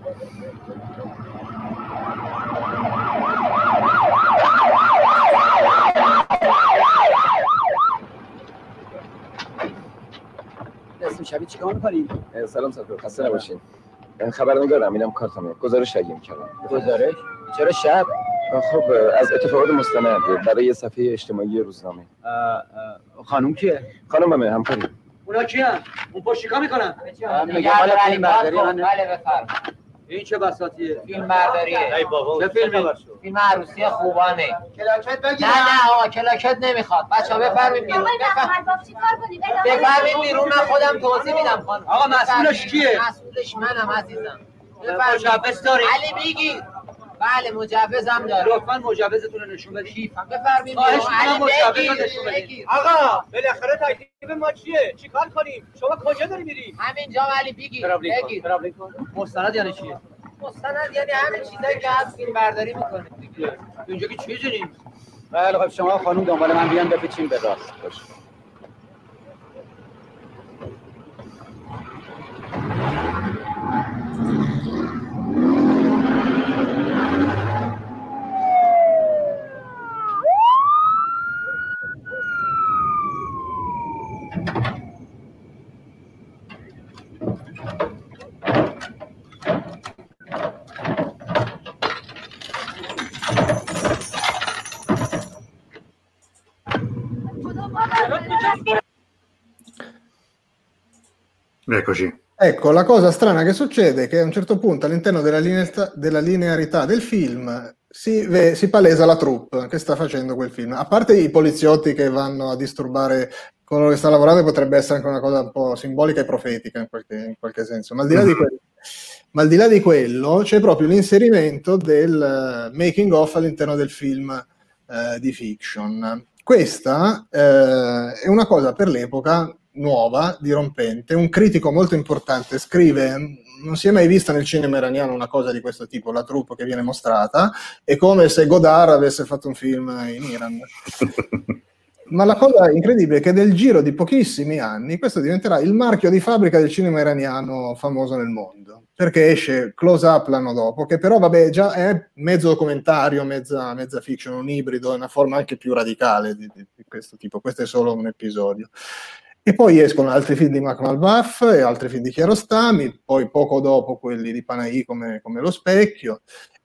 اسم شبیه چیکار می‌کنی؟ سلام سرکار، خسته نباشین. من خبرنگارم، اینم کارتمه. گزارش تهیه می‌کردم. گزارش؟ چرا شب؟ خب از اتفاقات مستند برای یه صفحه اجتماعی روزنامه. خانم کیه؟ خانممه، همکاری. اونا کیان؟ اون پشت چیکار می‌کنن؟ میگه مال فیلم برداری. بله بفرمایید. این چه بساطیه؟ فیلم برداریه. ای بابا چه فیلمی؟ فیلم عروسی خوبانه. کلاکت بگیرم. نه نه آقا کلاکت نمیخواد. بچه‌ها بفرمایید بیرون. بفرمایید چیکار کنیم؟ بفرمایید بیرون، من خودم توضیح میدم خانم. آقا مسئولش کیه؟ مسئولش منم عزیزم. مجوز داری؟ علی بگیر. بله مجوزم داره. لطفاً مجوزتون رو نشون بدید. بفرمایید بیرون. علی مجوز نشون بدید. آقا بالاخره تکلیف ما چیه؟ چیکار کنیم؟ شما کجا داری میری؟ همینجا علی بگیر. بگیر. مستند یعنی چیه؟ مستند یعنی همین چیزایی که از فیلم برداری میکنه دیگه. اینجا که چیزی نیست. بله خب شما خانم دنبال من بیان بپیچین به راست. باشه. Eccoci. Ecco, la cosa strana che succede è che a un certo punto all'interno della, linearità, della linearità del film si, ve, si palesa la troupe che sta facendo quel film. A parte i poliziotti che vanno a disturbare coloro che sta lavorando, potrebbe essere anche una cosa un po' simbolica e profetica in qualche, in qualche senso, ma al di là di quello, ma al di là di quello c'è proprio l'inserimento del uh, making of all'interno del film uh, di fiction. Questa uh, è una cosa per l'epoca nuova, dirompente. Un critico molto importante scrive: non si è mai vista nel cinema iraniano una cosa di questo tipo, la troupe che viene mostrata è come se Godard avesse fatto un film in Iran. Ma la cosa incredibile è che nel giro di pochissimi anni questo diventerà il marchio di fabbrica del cinema iraniano famoso nel mondo, perché esce Close Up l'anno dopo, che però vabbè già è mezzo documentario, mezza, mezza fiction, un ibrido, è una forma anche più radicale di, di, di questo tipo. Questo è solo un episodio. E poi escono altri film di Malcolm al-Baf e altri film di Kiarostami, poi poco dopo quelli di Panahi come, come Lo Specchio,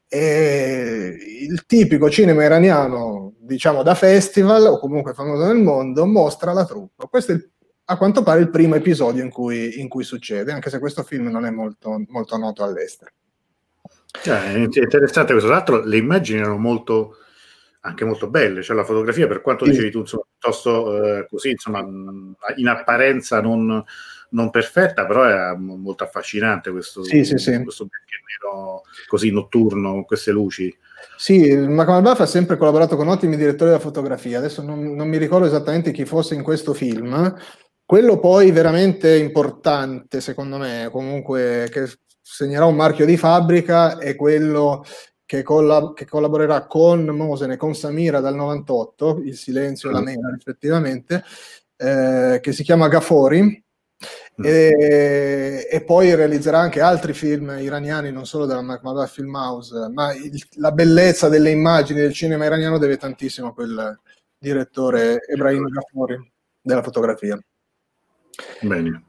e il tipico cinema iraniano, diciamo da festival o comunque famoso nel mondo, mostra la troupe. Questo è il, a quanto pare il primo episodio in cui, in cui succede, anche se questo film non è molto, molto noto all'estero. Cioè, è interessante questo. Tra l'altro le immagini erano molto... anche molto belle, cioè la fotografia, per quanto sì. dicevi tu, insomma, piuttosto eh, così, insomma, in apparenza non, non perfetta, però è molto affascinante questo, sì, sì, sì. questo nero così notturno, con queste luci. Sì, Malcolm al-Baf ha sempre collaborato con ottimi direttori della fotografia, adesso non, non mi ricordo esattamente chi fosse in questo film. Quello poi veramente importante, secondo me, comunque, che segnerà un marchio di fabbrica, è quello... Che, collab- che collaborerà con Mosen e con Samira dal novantotto, Il silenzio e la mela rispettivamente, eh, che si chiama Gafori, mm. e, e poi realizzerà anche altri film iraniani, non solo della Malcolm al-Baf Film House, ma il, la bellezza delle immagini del cinema iraniano deve tantissimo a quel direttore Ebrahim Gafori della fotografia. Bene.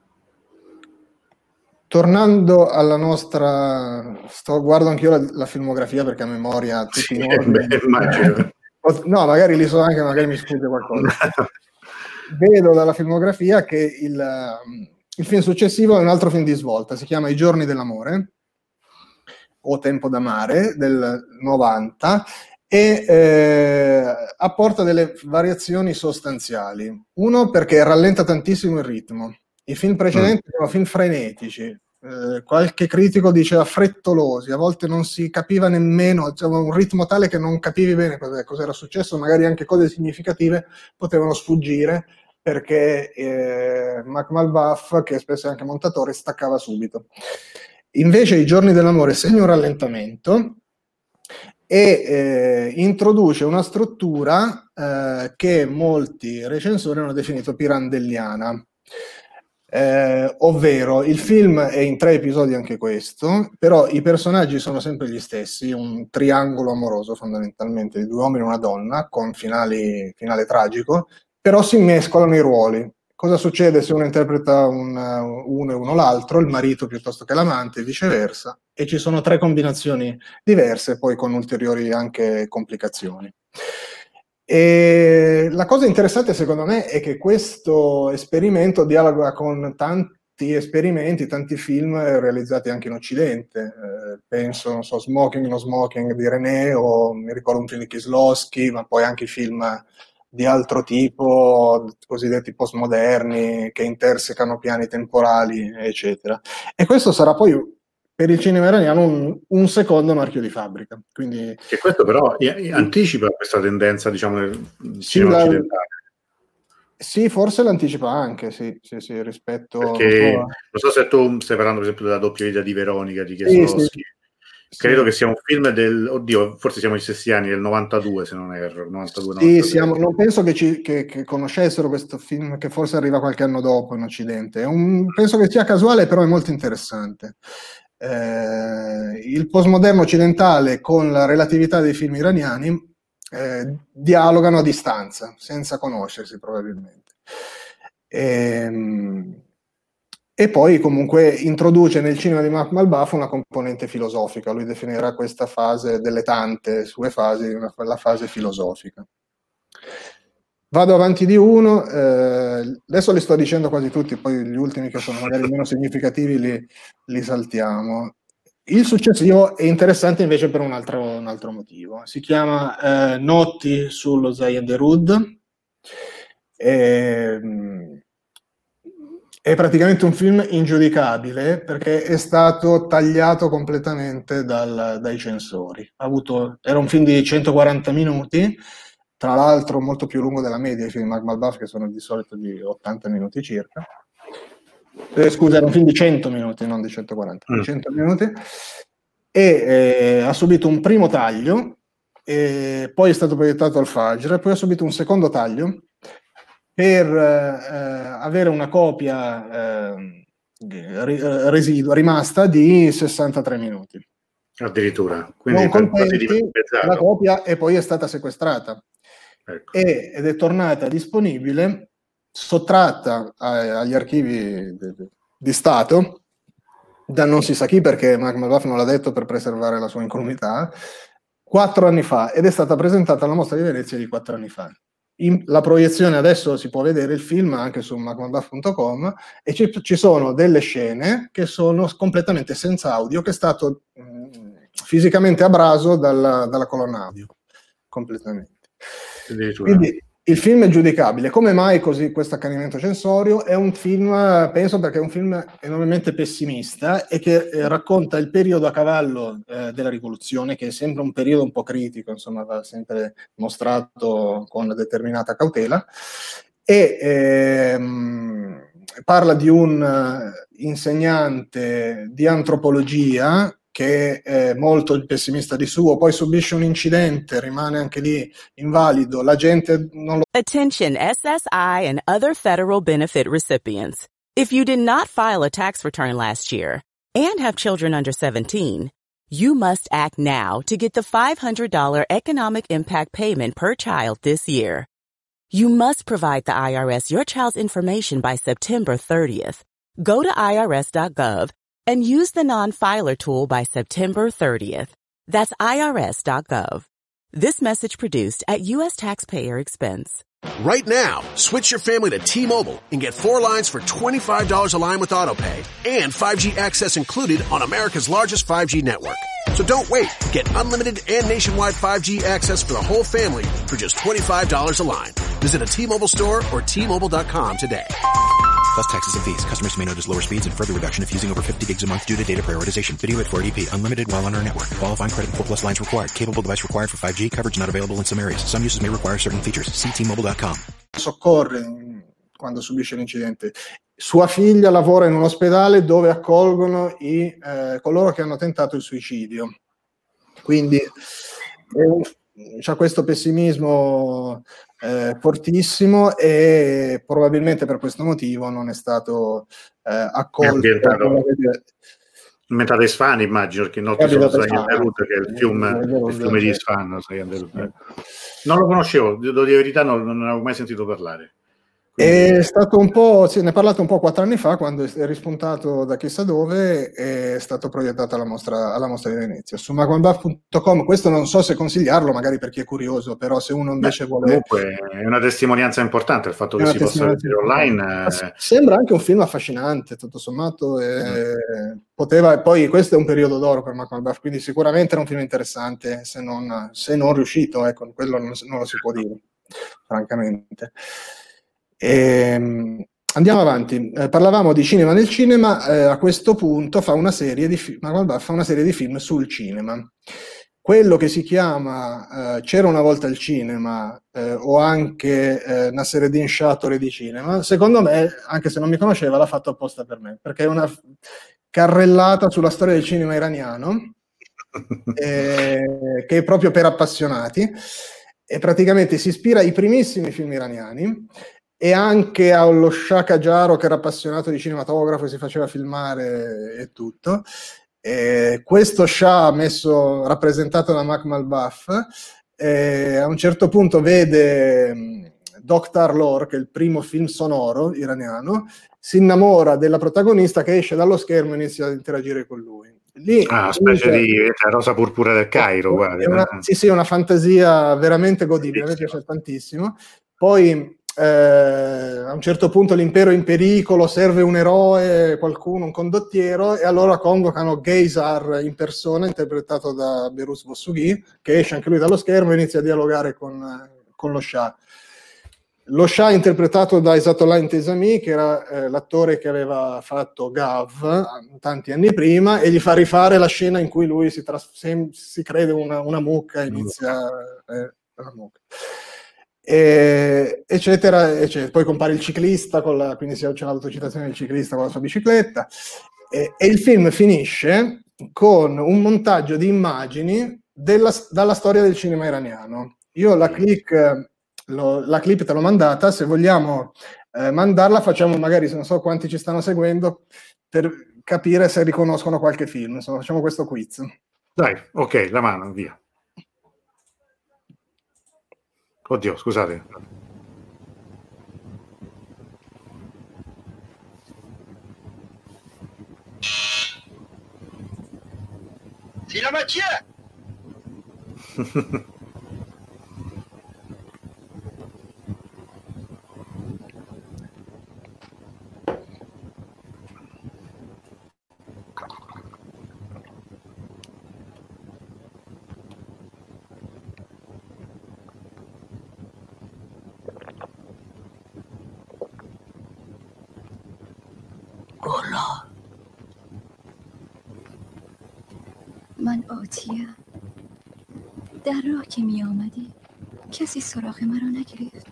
Tornando alla nostra, sto guardo anch'io la, la filmografia perché a memoria tutti sì, i nomi. No, magari li so anche, magari mi sfugge qualcosa. Vedo dalla filmografia che il, il film successivo è un altro film di svolta, si chiama I giorni dell'amore o Tempo d'amare del novanta e eh, apporta delle variazioni sostanziali. Uno, perché rallenta tantissimo il ritmo. I film precedenti mm. erano film frenetici, eh, qualche critico diceva frettolosi, a volte non si capiva nemmeno, c'era un ritmo tale che non capivi bene cosa, cosa era successo, magari anche cose significative potevano sfuggire perché eh, Malcolm al-Baf, che spesso è anche montatore, staccava subito. Invece I giorni dell'amore segna un rallentamento e eh, introduce una struttura eh, che molti recensori hanno definito pirandelliana. Eh, ovvero il film è in tre episodi anche questo, però i personaggi sono sempre gli stessi, un triangolo amoroso fondamentalmente di due uomini e una donna con finali, finale tragico, però si mescolano i ruoli. Cosa succede se uno interpreta un, uno e uno l'altro, il marito piuttosto che l'amante e viceversa, e ci sono tre combinazioni diverse, poi con ulteriori anche complicazioni. E la cosa interessante secondo me è che questo esperimento dialoga con tanti esperimenti, tanti film realizzati anche in Occidente. Eh, penso, non so, Smoking, No Smoking di René, o mi ricordo un film di Kieslowski, ma poi anche film di altro tipo, cosiddetti postmoderni, che intersecano piani temporali, eccetera. E questo sarà poi per il cinema iraniano un, un secondo marchio di fabbrica. Quindi, che questo però anticipa questa tendenza, diciamo, nel sì, cinema la, occidentale. Sì, forse l'anticipa anche, sì, sì, sì, rispetto... Perché non so se tu stai parlando per esempio della doppia vita di Veronica, di Kieslowski. Sì, sì. Credo sì. che sia un film del, oddio, forse siamo gli stessi anni, del novantadue se non erro. novantadue, sì, siamo, non penso che, ci, che, che conoscessero questo film, che forse arriva qualche anno dopo in Occidente. È un, penso che sia casuale, però è molto interessante. Eh, il postmoderno occidentale con la relatività dei film iraniani eh, dialogano a distanza, senza conoscersi probabilmente. E, E poi comunque introduce nel cinema di Mark Malbaf una componente filosofica. Lui definirà questa fase delle tante sue fasi, una, la fase filosofica. Vado avanti di uno, eh, adesso li sto dicendo quasi tutti, poi gli ultimi che sono magari meno significativi li, li saltiamo. Il successivo è interessante invece per un altro, un altro motivo. Si chiama eh, Notti sullo Zayed-Erud. E, È praticamente un film ingiudicabile perché è stato tagliato completamente dal, dai censori. Ha avuto, era un film di centoquaranta minuti, tra l'altro molto più lungo della media dei film di Mark Malbaf, che sono di solito di ottanta minuti circa. Eh, scusa, era un film di cento minuti, non di centoquaranta, mm. di cento minuti. E eh, ha subito un primo taglio, e poi è stato proiettato al Fajr, poi ha subito un secondo taglio, per eh, avere una copia eh, residua, rimasta di sessantatré minuti. Addirittura. Quindi non contenti, la copia e poi è stata sequestrata. Ecco. E, ed è tornata disponibile, sottratta a, agli archivi de, de, di Stato, da non si sa chi, perché Mark Malbaf non l'ha detto per preservare la sua incolumità, quattro anni fa, ed è stata presentata alla Mostra di Venezia di quattro anni fa. In, la proiezione adesso si può vedere il film anche su mark malbaf punto com e ci, ci sono delle scene che sono completamente senza audio, che è stato mh, fisicamente abraso dalla, dalla colonna audio completamente. Quindi il film è giudicabile. Come mai così questo accanimento censorio? È un film, penso, perché è un film enormemente pessimista e che eh, racconta il periodo a cavallo eh, della rivoluzione, che è sempre un periodo un po' critico, insomma, va sempre mostrato con determinata cautela, e ehm, parla di un uh, insegnante di antropologia che è molto pessimista di suo, poi subisce un incidente, rimane anche lì invalido, la gente non lo... Attention S S I and other federal benefit recipients. If you did not file a tax return last year and have children under seventeen, you must act now to get the five hundred dollars economic impact payment per child this year. You must provide the I R S your child's information by September thirtieth. Go to I R S dot gov and use the non-filer tool by September thirtieth. That's I R S dot gov. This message produced at U S taxpayer expense. Right now, switch your family to T-Mobile and get four lines for twenty-five dollars a line with AutoPay and five G access included on America's largest five G network. So don't wait. Get unlimited and nationwide five G access for the whole family for just twenty-five dollars a line. Visit a T-Mobile store or T Mobile dot com today. Plus taxes and fees. Customers may notice lower speeds and further reduction if using over fifty gigs a month due to data prioritization. Video at four eighty p. Unlimited while on our network. Qualifying credit and four plus lines required. Capable device required for five G. Coverage not available in some areas. Some uses may require certain features. See T Mobile dot com. Soccorre quando subisce l'incidente. Sua figlia lavora in un ospedale dove accolgono i, eh, coloro che hanno tentato il suicidio. Quindi è un, c'ha questo pessimismo eh, fortissimo e probabilmente per questo motivo non è stato eh, accolto. Metà dei Isfahan, immagino, perché non sono Sayan Derut, che è il fiume, il fiume di Isfahan. Non lo conoscevo, devo dire la verità, non, non ne avevo mai sentito parlare. Quindi... È stato un po', sì, ne è parlato un po' quattro anni fa, quando è rispuntato da chissà dove, è stato proiettato alla mostra, alla mostra di Venezia. Su macmalbuff punto com, questo non so se consigliarlo, magari per chi è curioso, però se uno invece Beh, vuole... Comunque è una testimonianza importante il fatto che si possa vedere online. Eh... Sembra anche un film affascinante, tutto sommato, e... mm. poteva, poi questo è un periodo d'oro per macmalbuff, quindi sicuramente era un film interessante, se non, se non riuscito, ecco, quello non, non lo si può dire, francamente. E, andiamo avanti, eh, parlavamo di cinema nel cinema, eh, a questo punto fa una serie di film, fa una serie di film sul cinema. Quello che si chiama eh, C'era una volta il cinema eh, o anche eh, Nasreddin Shah Attore di cinema, secondo me, anche se non mi conosceva, l'ha fatto apposta per me, perché è una carrellata sulla storia del cinema iraniano eh, che è proprio per appassionati, e praticamente si ispira ai primissimi film iraniani e anche allo Shah Qajar, che era appassionato di cinematografo e si faceva filmare e tutto. E questo Shah, messo, rappresentato da macmalbuff, eh, a un certo punto vede Doctor Lore, che è il primo film sonoro iraniano, si innamora della protagonista che esce dallo schermo e inizia a interagire con lui. Lì, ah, una specie di cioè, Rosa Purpura del Cairo, guarda. Una, sì, sì, una fantasia veramente godibile, a me piace tantissimo. Poi eh, a un certo punto l'impero è in pericolo, serve un eroe, qualcuno, un condottiero, e allora convocano Geysar in persona, interpretato da Behruz Bossoughi, che esce anche lui dallo schermo e inizia a dialogare con, con lo Shah. Lo Shah è interpretato da Isatollah Intesami, che era eh, l'attore che aveva fatto Gav tanti anni prima, e gli fa rifare la scena in cui lui si, tras- si crede una, una mucca e inizia eh, una mucca. E, eccetera, eccetera. Poi compare il ciclista, con la, quindi c'è l'autocitazione del ciclista con la sua bicicletta, e, e il film finisce con un montaggio di immagini della, dalla storia del cinema iraniano. Io la click... Lo, la clip te l'ho mandata, se vogliamo eh, mandarla facciamo magari, se non so quanti ci stanno seguendo, per capire se riconoscono qualche film. Insomma, facciamo questo quiz. Dai, ok, la mano, via. Oddio, scusate. Sì, la magia! من آتیه در راه که می آمدی کسی سراغ مرا نگرفت.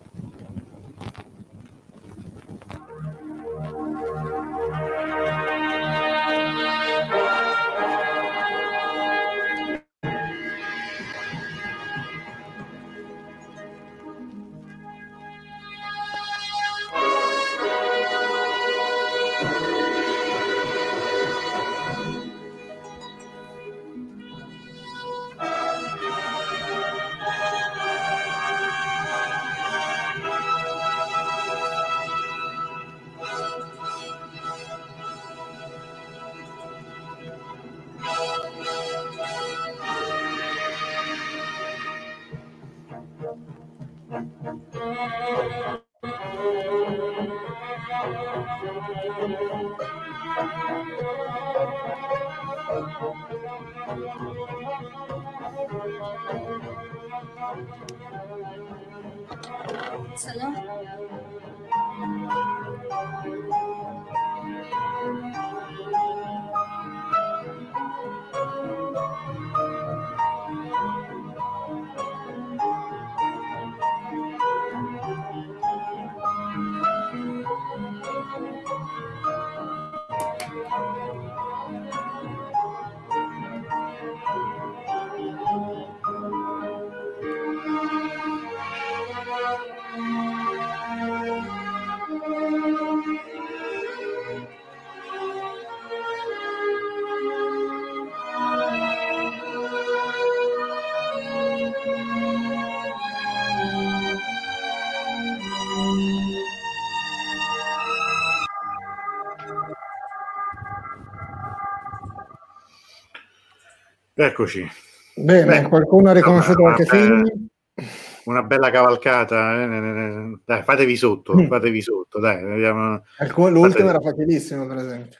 سلام. Eccoci. Bene, Beh, qualcuno ha riconosciuto qualche una, film? Una bella cavalcata, eh, dai, fatevi sotto, mm. fatevi sotto, dai. Vediamo. L'ultimo fatevi... era facilissimo, per esempio.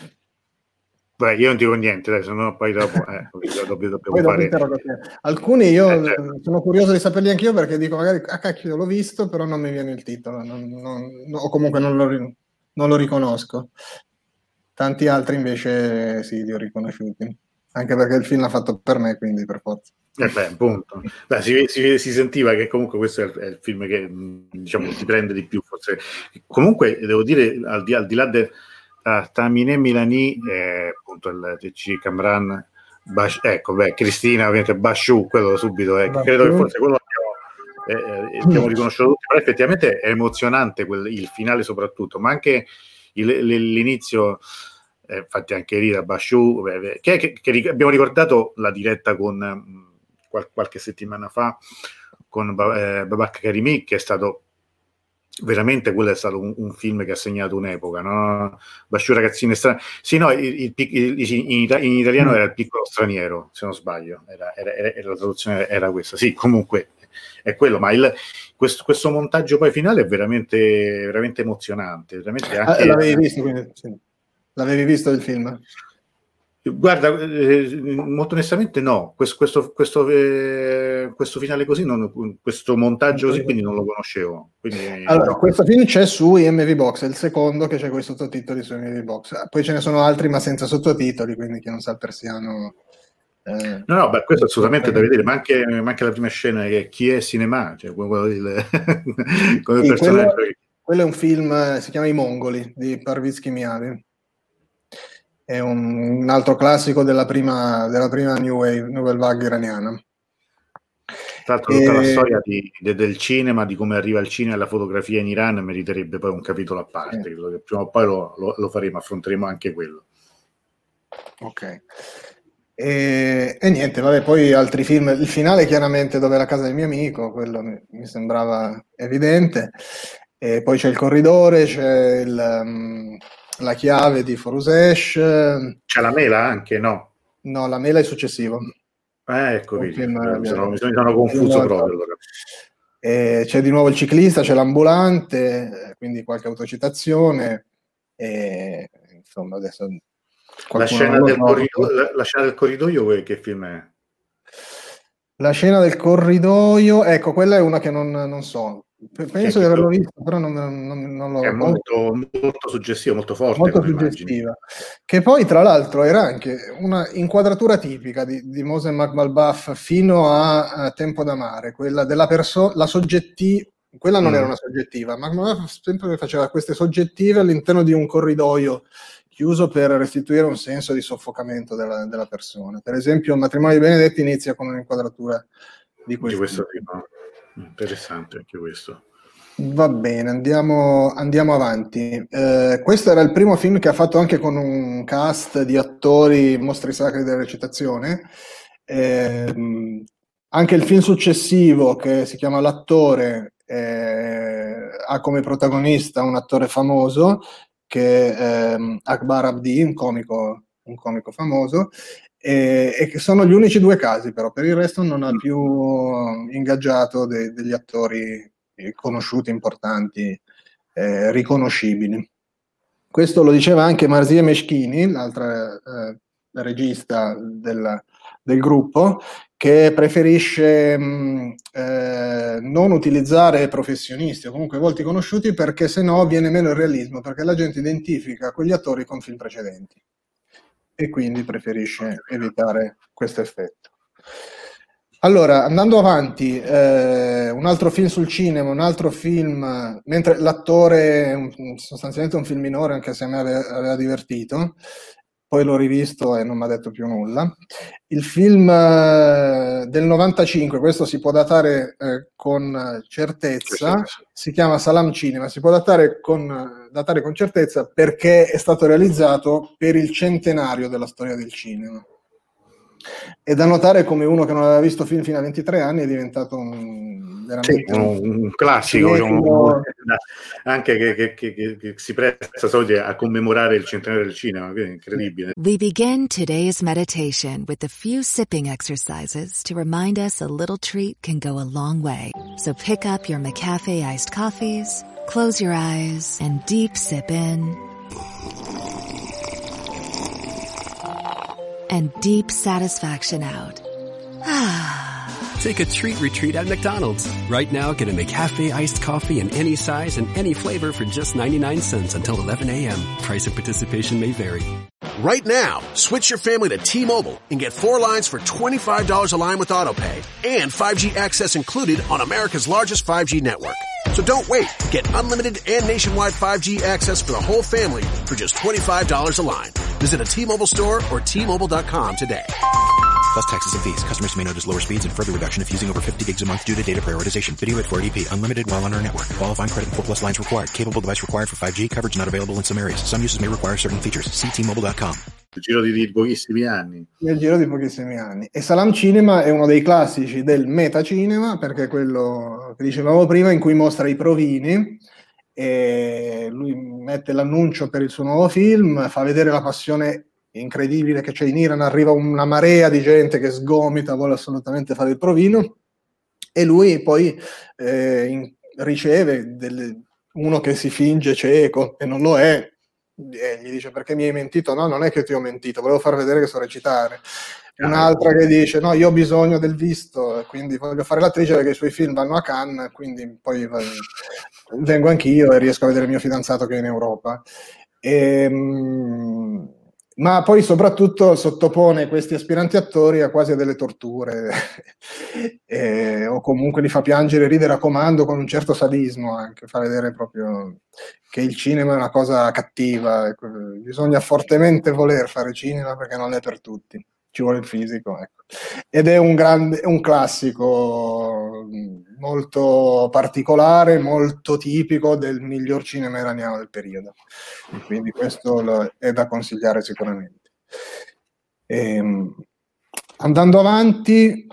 Beh, io non dico niente, dai, sennò poi dopo, eh, dopo dobbiamo poi fare... dopo alcuni io eh, certo. sono curioso di saperli anch'io, perché dico magari, ah cacchio, l'ho visto, però non mi viene il titolo, non, non, o comunque non lo, non lo riconosco. Tanti altri invece sì, li ho riconosciuti, anche perché il film l'ha fatto per me, quindi per forza. Eh beh, appunto. Beh, si, si, si sentiva che comunque questo è il, è il film che, diciamo, ti prende di più, forse. Comunque, devo dire, al di, al di là del uh, Tamine Milani, eh, appunto il T C Camran, Bash, ecco, beh, Cristina, ovviamente Basciù, quello subito, eh, credo che forse quello abbiamo, eh, abbiamo riconosciuto tutti, però effettivamente è emozionante quel, il finale soprattutto, ma anche il, l'inizio, eh, infatti anche lì da Basciù, beh, che, che, che abbiamo ricordato la diretta con mh, qual, qualche settimana fa con eh, Babak Karimi, che è stato veramente, quello è stato un, un film che ha segnato un'epoca, no? Basciù ragazzine strane, sì, no, il, il, il, in, in italiano mm. era Il piccolo straniero, se non sbaglio, era, era, era, la traduzione era questa, sì, comunque è quello, ma il, questo, questo montaggio poi finale è veramente, veramente emozionante, veramente anche, ah, l'avevi visto, quindi, sì. L'avevi visto il film? Guarda, eh, molto onestamente no, questo, questo, questo, eh, questo finale così, non, questo montaggio così, quindi non lo conoscevo. Quindi, allora, no. Questo film c'è su I M V Box, è il secondo che c'è con i sottotitoli su I M V Box, poi ce ne sono altri ma senza sottotitoli, quindi chi non sa il persiano... Eh, no, no, beh, questo è assolutamente da vedere, ma anche, ma anche la prima scena che chi è cinema, cioè quello del, quello del sì, personaggio. Quello, quello è un film, si chiama I Mongoli, di Parvizky Miavi. È un, un altro classico della prima, della prima New Wave, Nouvelle Vague iraniana. Tra l'altro tutta e... la storia di, de, del cinema, di come arriva il cinema e la fotografia in Iran meriterebbe poi un capitolo a parte, sì. Credo che prima o poi lo, lo, lo faremo, affronteremo anche quello. Ok. E, e niente, vabbè, poi altri film, il finale chiaramente Dove è la casa del mio amico, quello mi, mi sembrava evidente, e poi c'è Il corridore, c'è il... Um, La chiave di Forusesh. C'è La mela anche, no? No, La mela è successivo. Eh, ecco, vedi, film, mi, sono, mi sono confuso proprio. Allora. E c'è di nuovo il ciclista, c'è l'ambulante, quindi qualche autocitazione. E, insomma, adesso la scena, del corridoio, la, la scena del corridoio, che film è? La scena del corridoio, ecco, quella è una che non, non so. Penso di averlo visto, però non, non, non l'ho... È molto, molto suggestivo, molto forte. Molto suggestiva. Immagini. Che poi, tra l'altro, era anche una inquadratura tipica di, di Mohsen Makhmalbaf fino a, a Tempo d'amare, quella della persona, la soggettiva, quella non mm. era una soggettiva, Makhmalbaf sempre faceva queste soggettive all'interno di un corridoio chiuso per restituire un senso di soffocamento della, della persona. Per esempio, il Matrimonio di Benedetti inizia con un'inquadratura di questo, di questo tipo. Interessante anche questo. Va bene, andiamo, andiamo avanti. Eh, questo era il primo film che ha fatto anche con un cast di attori mostri sacri della recitazione. Eh, anche il film successivo, che si chiama L'attore, eh, ha come protagonista un attore famoso, che è eh, Akbar Abdi, un comico, un comico famoso. E, e che sono gli unici due casi, però per il resto non ha più ingaggiato de, degli attori conosciuti, importanti, eh, riconoscibili. Questo lo diceva anche Marzieh Meshkini, l'altra eh, regista del, del gruppo, che preferisce mh, eh, non utilizzare professionisti o comunque volti conosciuti, perché sennò viene meno il realismo, perché la gente identifica quegli attori con film precedenti e quindi preferisce evitare questo effetto. Allora, andando avanti, eh, un altro film sul cinema, un altro film, mentre l'attore è un, sostanzialmente un film minore, anche se a me aveva, aveva divertito, poi l'ho rivisto e non mi ha detto più nulla. Il film eh, del novantacinque, questo si può datare eh, con certezza, si chiama Salam Cinema, si può datare con, datare con certezza perché è stato realizzato per il centenario della storia del cinema. È da notare come uno che non aveva visto film fino a ventitré anni è diventato un sì, un, un classico, diciamo, anche che, che, che, che si presta soldi a commemorare il centenario del cinema, quindi è incredibile. We begin today's meditation with a few sipping exercises to remind us a little treat can go a long way. So pick up your McCafe iced coffees, close your eyes, and deep sip in. And deep satisfaction out. Take a treat retreat at McDonald's. Right now, get a McCafe iced coffee in any size and any flavor for just ninety-nine cents until eleven a.m. Price and participation may vary. Right now, switch your family to T-Mobile and get four lines for twenty-five dollars a line with AutoPay and five G access included on America's largest five G network. So don't wait. Get unlimited and nationwide five G access for the whole family for just twenty-five dollars a line. Visit a T-Mobile store or T Mobile dot com today. Plus taxes and fees. Customers may notice lower speeds and further reduction if using over fifty gigs a month due to data prioritization. Video at four eighty p. Unlimited while on our network. Qualifying credit and four plus lines required. Capable device required for five G. Coverage not available in some areas. Some uses may require certain features. See T Mobile dot com. Nel giro di, di pochissimi anni. Nel giro di pochissimi anni. E Salam Cinema è uno dei classici del metacinema, perché è quello che dicevamo prima, in cui mostra i provini. E lui mette l'annuncio per il suo nuovo film, fa vedere la passione incredibile che c'è in Iran, arriva una marea di gente che sgomita, vuole assolutamente fare il provino, e lui poi eh, in, riceve delle, uno che si finge cieco e non lo è, e gli dice: perché mi hai mentito? No, non è che ti ho mentito, volevo far vedere che so recitare. Un'altra che dice: no, io ho bisogno del visto, quindi voglio fare l'attrice perché i suoi film vanno a Cannes, quindi poi vengo anch'io e riesco a vedere il mio fidanzato che è in Europa. E, ma poi soprattutto sottopone questi aspiranti attori a quasi a delle torture e, o comunque li fa piangere e ridere a comando con un certo sadismo, anche fa vedere proprio che il cinema è una cosa cattiva, ecco, bisogna fortemente voler fare cinema perché non è per tutti, ci vuole il fisico, ecco. Ed è un grande, un classico molto particolare, molto tipico del miglior cinema iraniano del periodo, e quindi questo lo, è da consigliare sicuramente. E, andando avanti,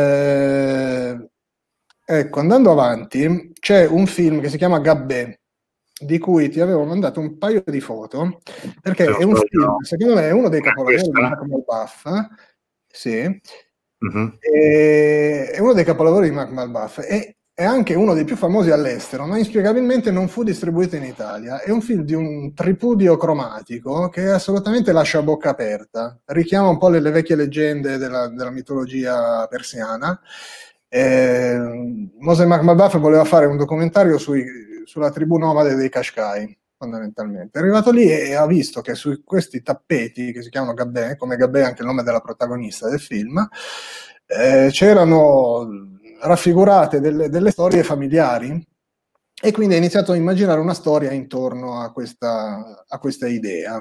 eh, ecco, andando avanti, c'è un film che si chiama Gabbé, di cui ti avevo mandato un paio di foto, perché è un film, secondo me è uno dei capolavori di Mark Malpass, sì, uh-huh. e, è uno dei capolavori di Mark Malpass, e è anche uno dei più famosi all'estero, ma inspiegabilmente non fu distribuito in Italia. È un film di un tripudio cromatico che assolutamente lascia a bocca aperta, richiama un po' le, le vecchie leggende della, della mitologia persiana. Eh, Mohsen Makhmalbaf voleva fare un documentario sui, sulla tribù nomade dei Qashqai, fondamentalmente. È arrivato lì e ha visto che su questi tappeti, che si chiamano Gabbé, come Gabbé è anche il nome della protagonista del film, eh, c'erano raffigurate delle, delle storie familiari, e quindi ha iniziato a immaginare una storia intorno a questa, a questa idea.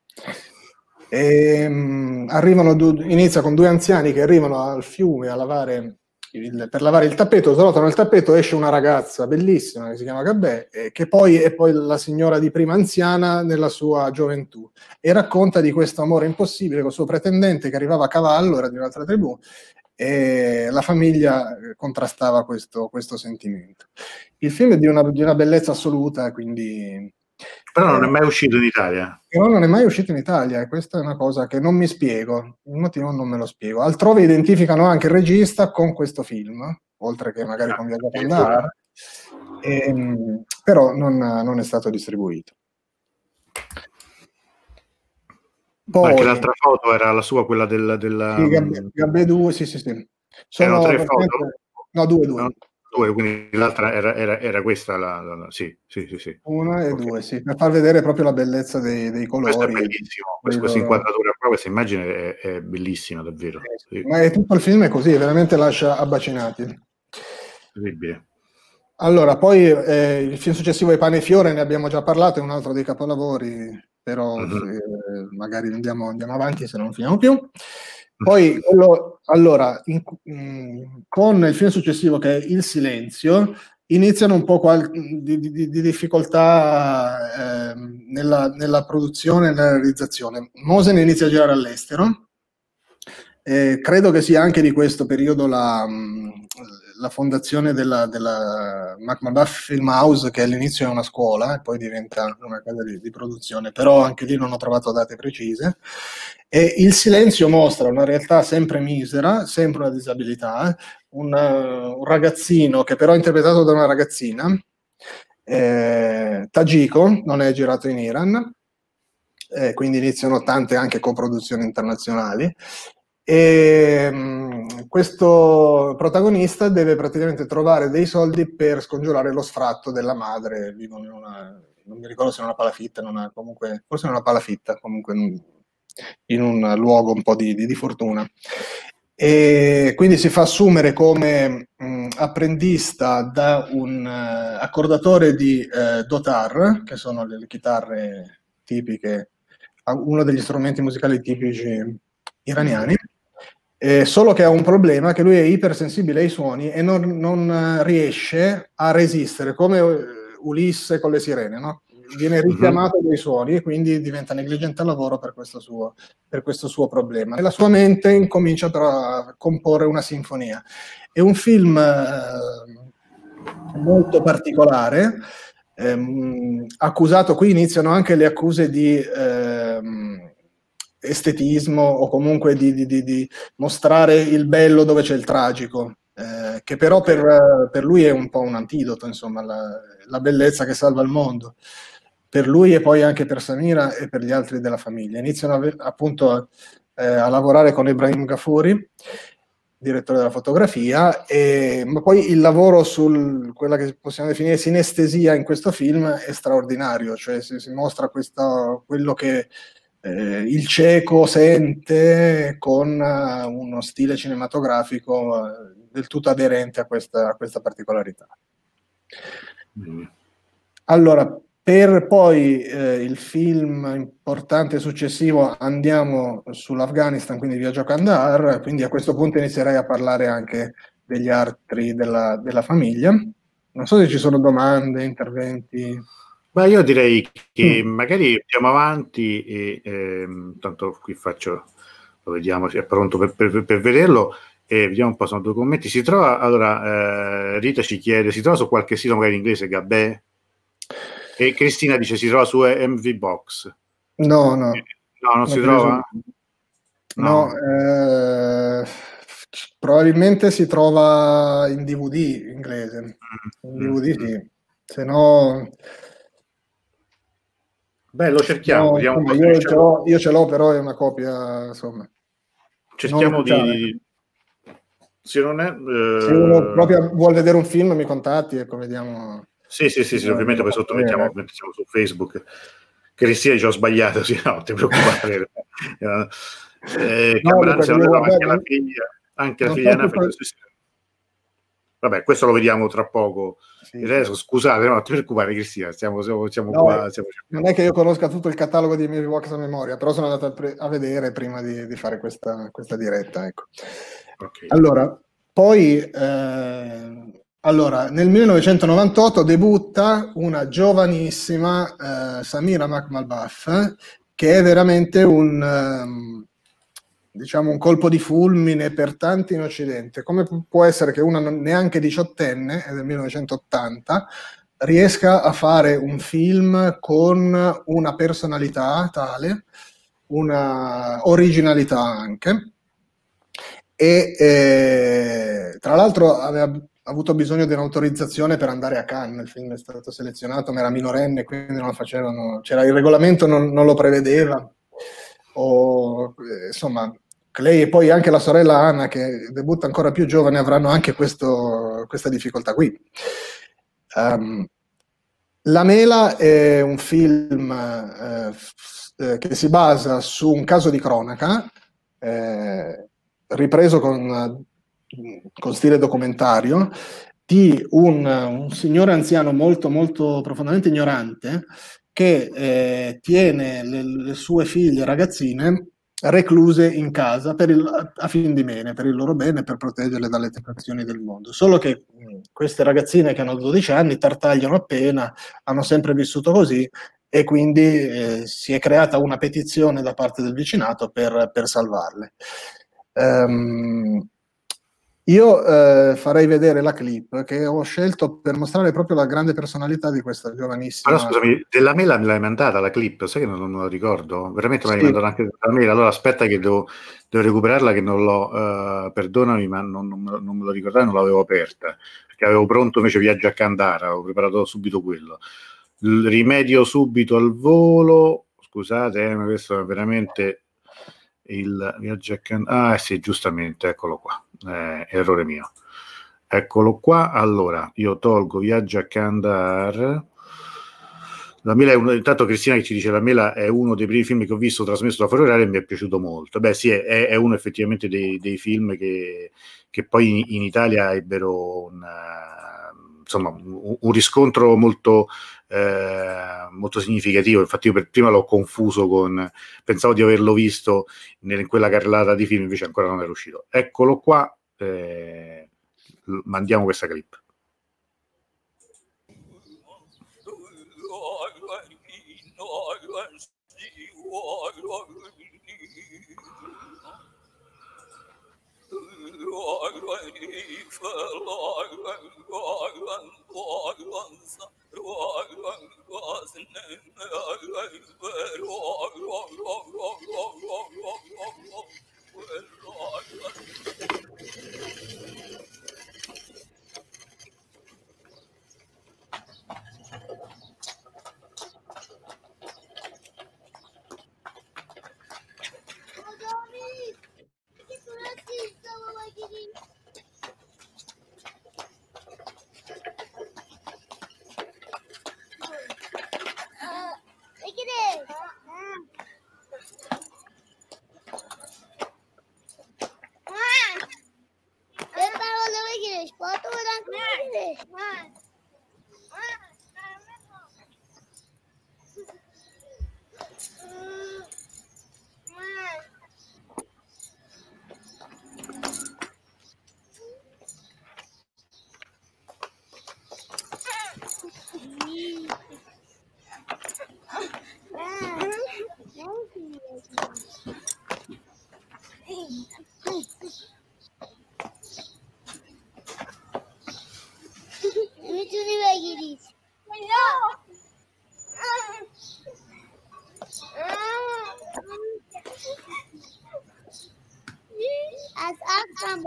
E, um, arrivano du- inizia con due anziani che arrivano al fiume a lavare il, per lavare il tappeto, srotano il tappeto, esce una ragazza bellissima che si chiama Gabbé, eh, che poi è poi la signora di prima anziana nella sua gioventù, e racconta di questo amore impossibile con il suo pretendente che arrivava a cavallo, era di un'altra tribù, e la famiglia contrastava questo, questo sentimento. Il film è di una, di una bellezza assoluta, quindi però non è mai uscito in Italia. Però non è mai uscito in Italia, e questa è una cosa che non mi spiego, il motivo non me lo spiego. Altrove identificano anche il regista con questo film, oltre che magari con Viaggio a Kandahar, e, però non, non è stato distribuito. Poi, anche l'altra foto era la sua, quella del... della... Sì, Gabbé, Gabbé due, sì, sì, sì. Sono erano tre foto? No, due, due. No, due, quindi l'altra era, era, era questa, la, la, la, sì, sì, sì, sì. Una e okay. due, sì, per far vedere proprio la bellezza dei, dei colori. Questo è bellissimo, questa, questa inquadratura qua, questa immagine è, è bellissima, davvero. Sì. Sì. Ma è, tutto il film è così, veramente lascia abbacinati. Terribile. Allora, poi eh, il film successivo è Pane e Fiore, ne abbiamo già parlato, è un altro dei capolavori, però uh-huh. se, magari andiamo, andiamo avanti se non finiamo più. Poi, quello, allora, in, mh, con il film successivo che è Il Silenzio, iniziano un po' qual- di, di, di difficoltà eh, nella, nella produzione e nella realizzazione. Mohsen inizia a girare all'estero, eh, credo che sia anche di questo periodo la, la fondazione della, della Mac-Malbaf Film House, che all'inizio è una scuola e poi diventa una casa di, di produzione, però anche lì non ho trovato date precise. E Il silenzio mostra una realtà sempre misera, sempre una disabilità, un, un ragazzino che però è interpretato da una ragazzina, eh, tagiko, non è girato in Iran, eh, quindi iniziano tante anche coproduzioni internazionali. E mh, questo protagonista deve praticamente trovare dei soldi per scongiurare lo sfratto della madre. Vivono in una, non mi ricordo se è una palafitta, non è, comunque, forse è una palafitta, comunque in, in un luogo un po' di, di, di fortuna. E quindi si fa assumere come mh, apprendista da un uh, accordatore di uh, dotar, che sono le, le chitarre tipiche, uno degli strumenti musicali tipici iraniani, eh, solo che ha un problema, che lui è ipersensibile ai suoni e non, non riesce a resistere, come Ulisse con le sirene, no? Viene richiamato dai suoni e quindi diventa negligente al lavoro per questo suo, per questo suo problema. E la sua mente incomincia però a comporre una sinfonia. È un film eh, molto particolare, ehm, accusato, qui iniziano anche le accuse di ehm, estetismo o comunque di, di, di, di mostrare il bello dove c'è il tragico, eh, che però per, per lui è un po' un antidoto, insomma, la, la bellezza che salva il mondo. Per lui e poi anche per Samira e per gli altri della famiglia. Iniziano a, appunto a, eh, a lavorare con Ibrahim Ghafouri, direttore della fotografia, e, ma poi il lavoro su quella che possiamo definire sinestesia in questo film è straordinario, cioè si, si mostra questo, quello che eh, il cieco sente con uh, uno stile cinematografico uh, del tutto aderente a questa, a questa particolarità. Mm. Allora, per poi eh, il film importante successivo andiamo sull'Afghanistan, quindi Viaggio a Kandahar, quindi a questo punto inizierei a parlare anche degli altri della, della famiglia. Non so se ci sono domande, interventi. Beh, io direi che mm. magari andiamo avanti e ehm, tanto qui faccio, lo vediamo, è pronto per, per, per vederlo e vediamo un po', sono due commenti. Si trova, allora, eh, Rita ci chiede, si trova su qualche sito magari in inglese, Gabè? E Cristina dice si trova su M V Box. No, no. No, non no, si preso... trova? No, no eh, probabilmente si trova in D V D inglese. In D V D mm. sì. Se no... Beh, lo cerchiamo. No, insomma, io, ce l'ho, io ce l'ho, però è una copia, insomma. Cerchiamo di... Se non è... Eh... Se uno proprio vuole vedere un film mi contatti e poi vediamo... Sì, sì, sì, sì, ovviamente poi sotto mettiamo, mettiamo su Facebook. Cristina ci ho sbagliato, sì, no, ti preoccupare. eh, no, Cameron, se non guarda, anche la figlia, anche la figlia per... Vabbè, questo lo vediamo tra poco. Sì. Adesso, scusate, no, ti preoccupare Cristina, stiamo, siamo, siamo no, qua. Siamo... Non è che io conosca tutto il catalogo di M V Box a memoria, però sono andato a, pre- a vedere prima di, di fare questa, questa diretta. Ecco. Okay. Allora, poi... Eh... Allora, nel millenovecentonovantotto debutta una giovanissima eh, Samira Mac-Malbaf, che è veramente un, um, diciamo, un colpo di fulmine per tanti in Occidente. Come può essere che una neanche diciottenne, è del millenovecentottanta, riesca a fare un film con una personalità tale, una originalità anche, e eh, tra l'altro aveva ha avuto bisogno di un'autorizzazione per andare a Cannes, il film è stato selezionato, ma era minorenne, quindi non lo facevano, c'era il regolamento, non, non lo prevedeva, o, eh, insomma, lei e poi anche la sorella Anna, che debutta ancora più giovane, avranno anche questo, questa difficoltà qui. Um, La Mela è un film eh, eh, che si basa su un caso di cronaca, eh, ripreso con... con stile documentario, di un, un signore anziano molto molto profondamente ignorante che eh, tiene le, le sue figlie ragazzine recluse in casa per il, a fin di bene, per il loro bene, per proteggerle dalle tentazioni del mondo. Solo che mh, queste ragazzine che hanno dodici anni tartagliano appena, hanno sempre vissuto così e quindi eh, si è creata una petizione da parte del vicinato per, per salvarle. Um, Io eh, farei vedere la clip che ho scelto per mostrare proprio la grande personalità di questa giovanissima. Però scusami, della mela me l'hai mandata la clip, sai che non, non me lo ricordo? Veramente me l'hai Sì. mandata anche della mela, allora aspetta che devo, devo recuperarla, che non l'ho, uh, perdonami, ma non, non, me lo, non me lo ricordavo, non l'avevo aperta, perché avevo pronto invece Viaggio a Candara, avevo preparato subito quello. Il rimedio subito al volo, scusate, eh, ma questo è veramente il Viaggio a Candara, ah sì, giustamente, eccolo qua, eh, errore mio. Eccolo qua, allora, io tolgo Viaggio a Kandahar. La Mela è uno, intanto Cristina che ci dice la Mela è uno dei primi film che ho visto trasmesso da Fuori Orario e mi è piaciuto molto. Beh sì, è, è uno effettivamente dei, dei film che, che poi in, in Italia ebbero un, uh, insomma, un, un riscontro molto, eh, molto significativo. Infatti io per prima l'ho confuso con, pensavo di averlo visto in quella carrellata di film, invece ancora non era uscito. Eccolo qua, eh, mandiamo questa clip. میتونی بگیری از عقلم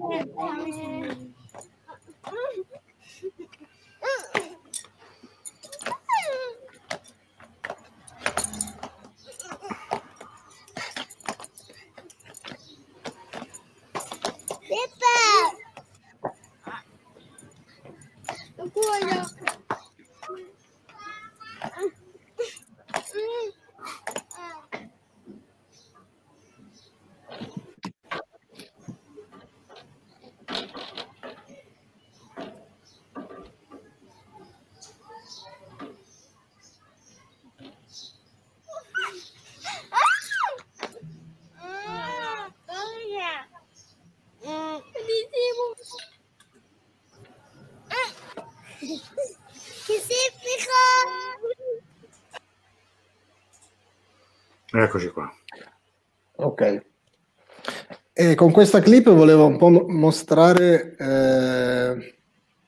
Eccoci qua. Ok. E con questa clip volevo un po' mostrare... Eh...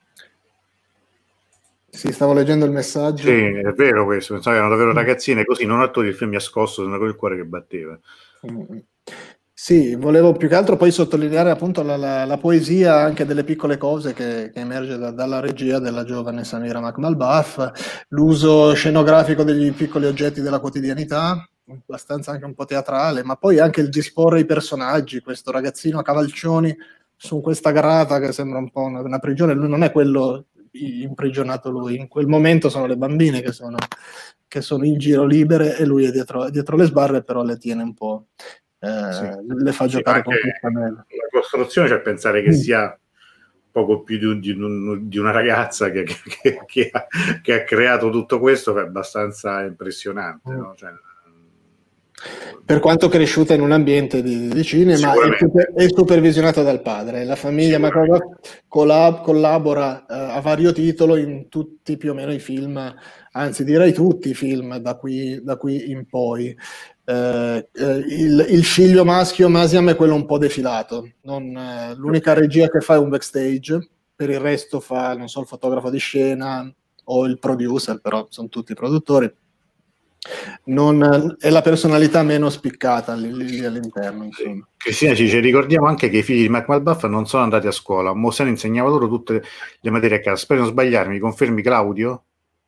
Sì, stavo leggendo il messaggio. Sì, è vero questo. Pensavo che erano davvero ragazzine così, non attori, il film mi ha scosso, sono con il cuore che batteva. Mm. Sì, volevo più che altro poi sottolineare appunto la, la, la poesia anche delle piccole cose che, che emerge da, dalla regia della giovane Samira Makmalbaf, l'uso scenografico degli piccoli oggetti della quotidianità, abbastanza anche un po' teatrale, ma poi anche il disporre i personaggi, questo ragazzino a cavalcioni su questa grata che sembra un po' una, una prigione, lui non è quello imprigionato lui, in quel momento sono le bambine che sono, che sono in giro libere e lui è dietro, dietro le sbarre, però le tiene un po'... Eh, sì. Le fa giocare sì, con questa la costruzione, cioè pensare che mm. sia poco più di, un, di, un, di una ragazza che, che, che, ha, che ha creato tutto questo è abbastanza impressionante, mm. no? Cioè, Per quanto cresciuta in un ambiente di, di cinema e super, è supervisionata dal padre. La famiglia McMurdoch collab- collabora eh, a vario titolo in tutti più o meno i film, anzi direi tutti i film da qui, da qui in poi. Eh, eh, il, il figlio maschio Masiam è quello un po' defilato, non, eh, l'unica regia che fa è un backstage, per il resto fa, non so, il fotografo di scena o il producer, però sono tutti produttori. Non, è la personalità meno spiccata lì, lì all'interno, insomma. Cristina ci dice: ricordiamo anche che i figli di McMurdoch non sono andati a scuola, Mosen insegnava loro tutte le materie a casa. Spero non sbagliarmi, confermi Claudio?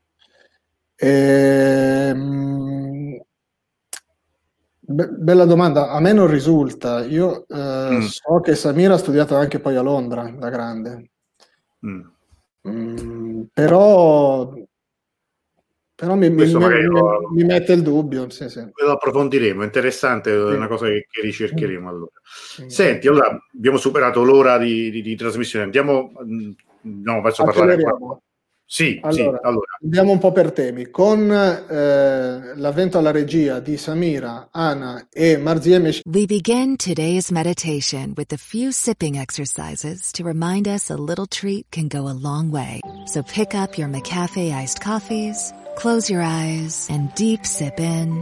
Ehm, be- bella domanda, a me non risulta. Io eh, mm. so che Samira ha studiato anche poi a Londra da grande. Mm. Mm, però però mi, mi, mi, lo, mi mette il dubbio. Sì, sì. Lo approfondiremo, interessante, è sì. una cosa che, che ricercheremo. Allora. Sì. Senti, allora abbiamo superato l'ora di, di, di trasmissione, andiamo no, verso parlare ancora. Sì, allora, sì, allora. Andiamo un po' per temi. Con eh, l'avvento alla regia di Samira, Ana e Marzieh Meshkini. We begin today's meditation with a few sipping exercises to remind us a little treat can go a long way. So pick up your McCafe iced coffees, close your eyes, and deep sip in.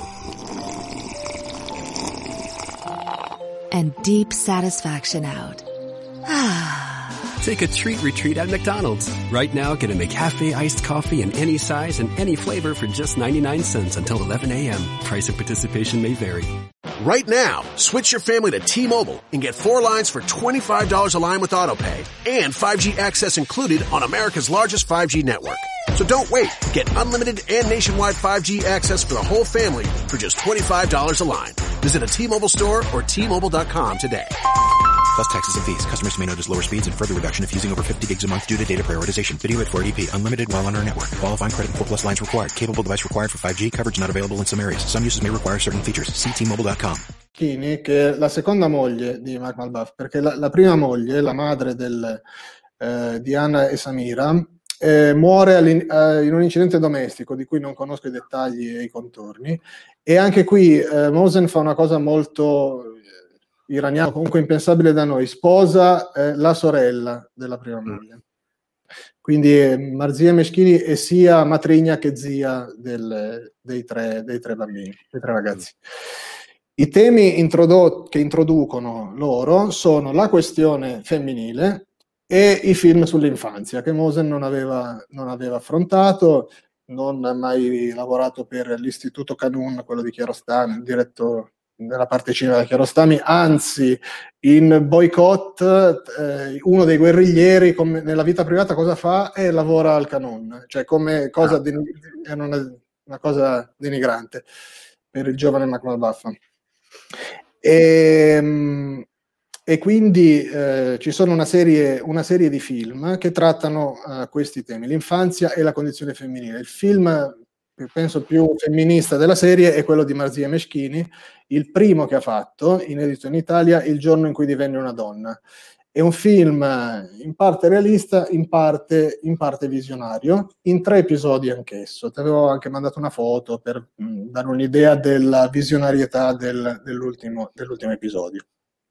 And deep satisfaction out. Ah. Take a treat retreat at McDonald's. Right now, get a McCafe iced coffee in any size and any flavor for just ninety-nine cents until eleven a.m. Price and participation may vary. Right now, switch your family to T-Mobile and get four lines for twenty-five dollars a line with AutoPay and five G access included on America's largest five G network. So don't wait. Get unlimited and nationwide five G access for the whole family for just twenty-five dollars a line. Visit a T-Mobile store or T Mobile dot com today. Plus taxes and fees. Customers may notice lower speeds and further reduction if using over fifty gigs a month due to data prioritization. Video at four eighty p. Unlimited while on our network. Qualifying credit and four plus lines required. Capable device required for five G. Coverage not available in some areas. Some uses may require certain features. See T Mobile dot com. Che è la seconda moglie di McMurdoch, perché la, la prima moglie, la madre del, eh, di Anna e Samira, eh, muore eh, in un incidente domestico di cui non conosco i dettagli e i contorni, e anche qui eh, Mosen fa una cosa molto iraniano, comunque impensabile da noi, sposa eh, la sorella della prima moglie. Quindi eh, Marzieh Meshkini è sia matrigna che zia del, dei, tre, dei tre bambini, dei tre ragazzi. I temi introdot- che introducono loro sono la questione femminile e i film sull'infanzia, che Mosen non aveva, non aveva affrontato, non ha mai lavorato per l'Istituto Canun, quello di Kiarostami, il diretto nella parte cinema da Kiarostami, anzi in Boycott eh, uno dei guerriglieri come, nella vita privata cosa fa? E lavora al Canun, cioè come cosa den- è una, una cosa denigrante per il giovane McMurdoch. E, e quindi eh, ci sono una serie, una serie di film che trattano uh, questi temi, l'infanzia e la condizione femminile. Il film che penso più femminista della serie è quello di Marzieh Meshkini, il primo che ha fatto, inedito in Italia, Il giorno in cui divenne una donna. È un film in parte realista, in parte, in parte visionario, in tre episodi anch'esso. Ti avevo anche mandato una foto per mh, dare un'idea della visionarietà del, dell'ultimo, dell'ultimo episodio.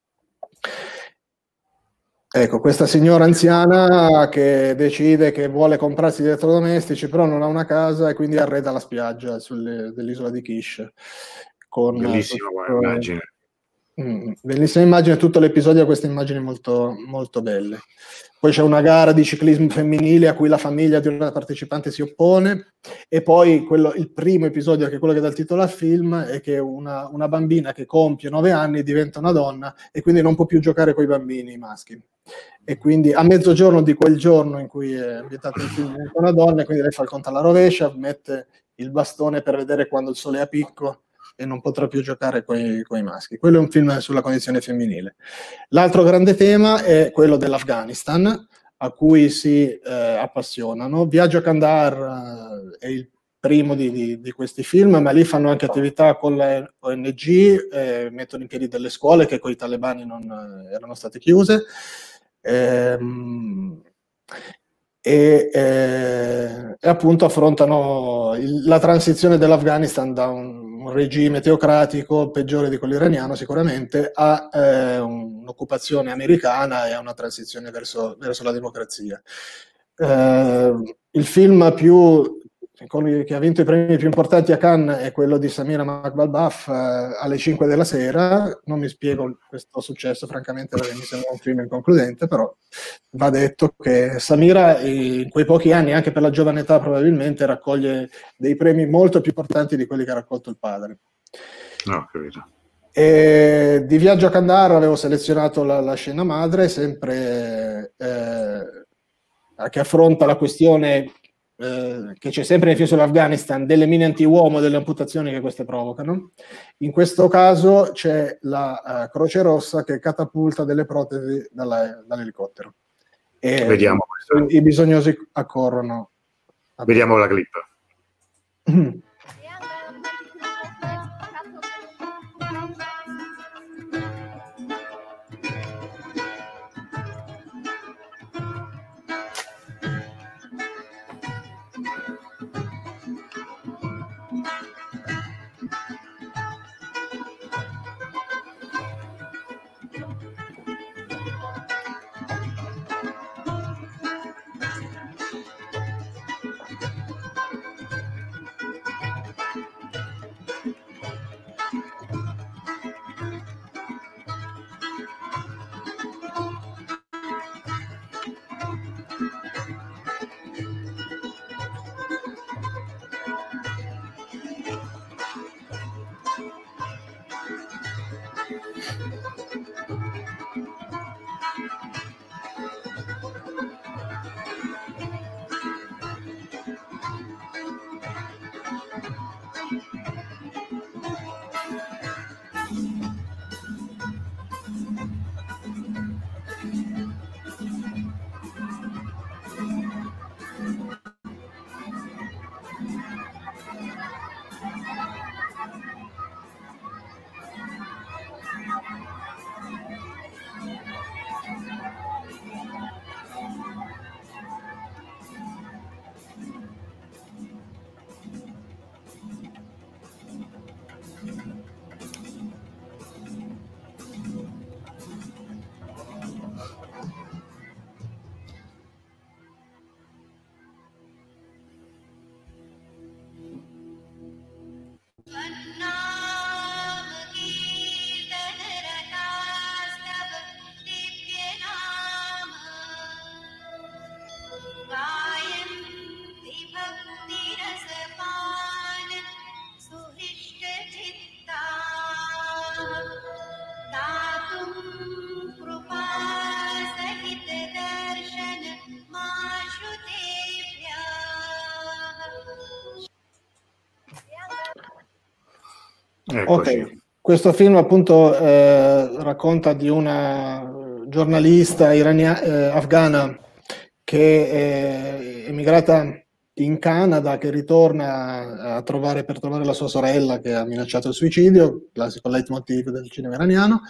Ecco, questa signora anziana che decide che vuole comprarsi gli elettrodomestici, però non ha una casa e quindi arreda la spiaggia sulle, dell'isola di Kish. Con bellissima tutto, immagine. Mh, bellissima immagine, tutto l'episodio ha queste immagini molto, molto belle. Poi c'è una gara di ciclismo femminile a cui la famiglia di una partecipante si oppone, e poi quello, il primo episodio, che è quello che dà il titolo al film, è che una, una bambina che compie nove anni diventa una donna e quindi non può più giocare con i bambini maschi. E quindi a mezzogiorno di quel giorno in cui è ambientato il film diventa una donna, e quindi lei fa il conto alla rovescia, mette il bastone per vedere quando il sole è a picco e non potrà più giocare con i maschi. Quello è un film sulla condizione femminile. L'altro grande tema è quello dell'Afghanistan, a cui si eh, appassionano. Viaggio a Kandahar eh, è il primo di, di, di questi film, ma lì fanno anche attività con le O N G, eh, mettono in piedi delle scuole che con i talebani non eh, erano state chiuse. Ehm, E, eh, e appunto affrontano il, la transizione dell'Afghanistan da un un regime teocratico peggiore di quello iraniano sicuramente, a eh, un'occupazione americana e a una transizione verso, verso la democrazia. Eh, il film più che ha vinto i premi più importanti a Cannes è quello di Samira Maghbalbaf, eh, alle cinque della sera. Non mi spiego questo successo francamente, perché mi sembra un film inconcludente, però va detto che Samira in quei pochi anni, anche per la giovane età probabilmente, raccoglie dei premi molto più importanti di quelli che ha raccolto il padre. No, capito. E di Viaggio a Kandahar avevo selezionato la, la scena madre, sempre eh, che affronta la questione eh, che c'è sempre nei film sull'Afghanistan, delle mine anti-uomo, delle amputazioni che queste provocano. In questo caso c'è la uh, Croce Rossa che catapulta delle protesi dalla, dall'elicottero. E vediamo i, i bisognosi accorrono. Vediamo la clip. Eccoci. Ok, questo film appunto eh, racconta di una giornalista irania- eh, afghana che è emigrata in Canada, che ritorna a trovare per trovare la sua sorella che ha minacciato il suicidio, classico leitmotiv del cinema iraniano,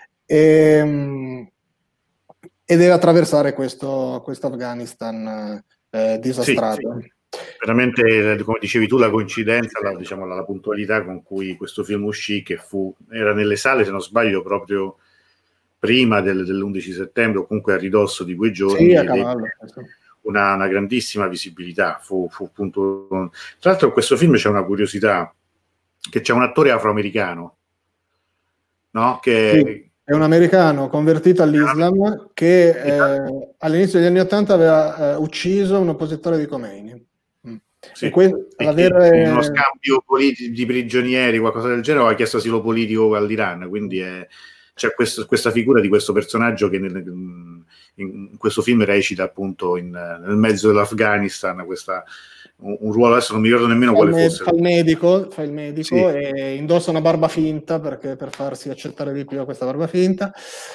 e, e deve attraversare questo, questo Afghanistan eh, disastrato. Sì, sì. Veramente, come dicevi tu, la coincidenza, la, diciamo, la, la puntualità con cui questo film uscì, che fu, era nelle sale, se non sbaglio, proprio prima del, dell'undici settembre, o comunque a ridosso di quei giorni, sì, a cavallo, una, una grandissima visibilità. Fu, fu appunto... Tra l'altro in questo film c'è una curiosità, che c'è un attore afroamericano, no? Che... Sì. È un americano convertito all'Islam che eh, all'inizio degli anni Ottanta aveva eh, ucciso un oppositore di Khomeini. Mm. Sì. E que- e avere... in uno scambio politi- di prigionieri, qualcosa del genere, aveva chiesto asilo politico all'Iran. Quindi è, c'è questo, questa figura di questo personaggio che nel, in questo film recita appunto in, nel mezzo dell'Afghanistan questa... Un, un ruolo, adesso non mi ricordo nemmeno fa quale me- fosse. Fa il medico, fa il medico Sì. E indossa una barba finta perché per farsi accettare di più a questa barba finta.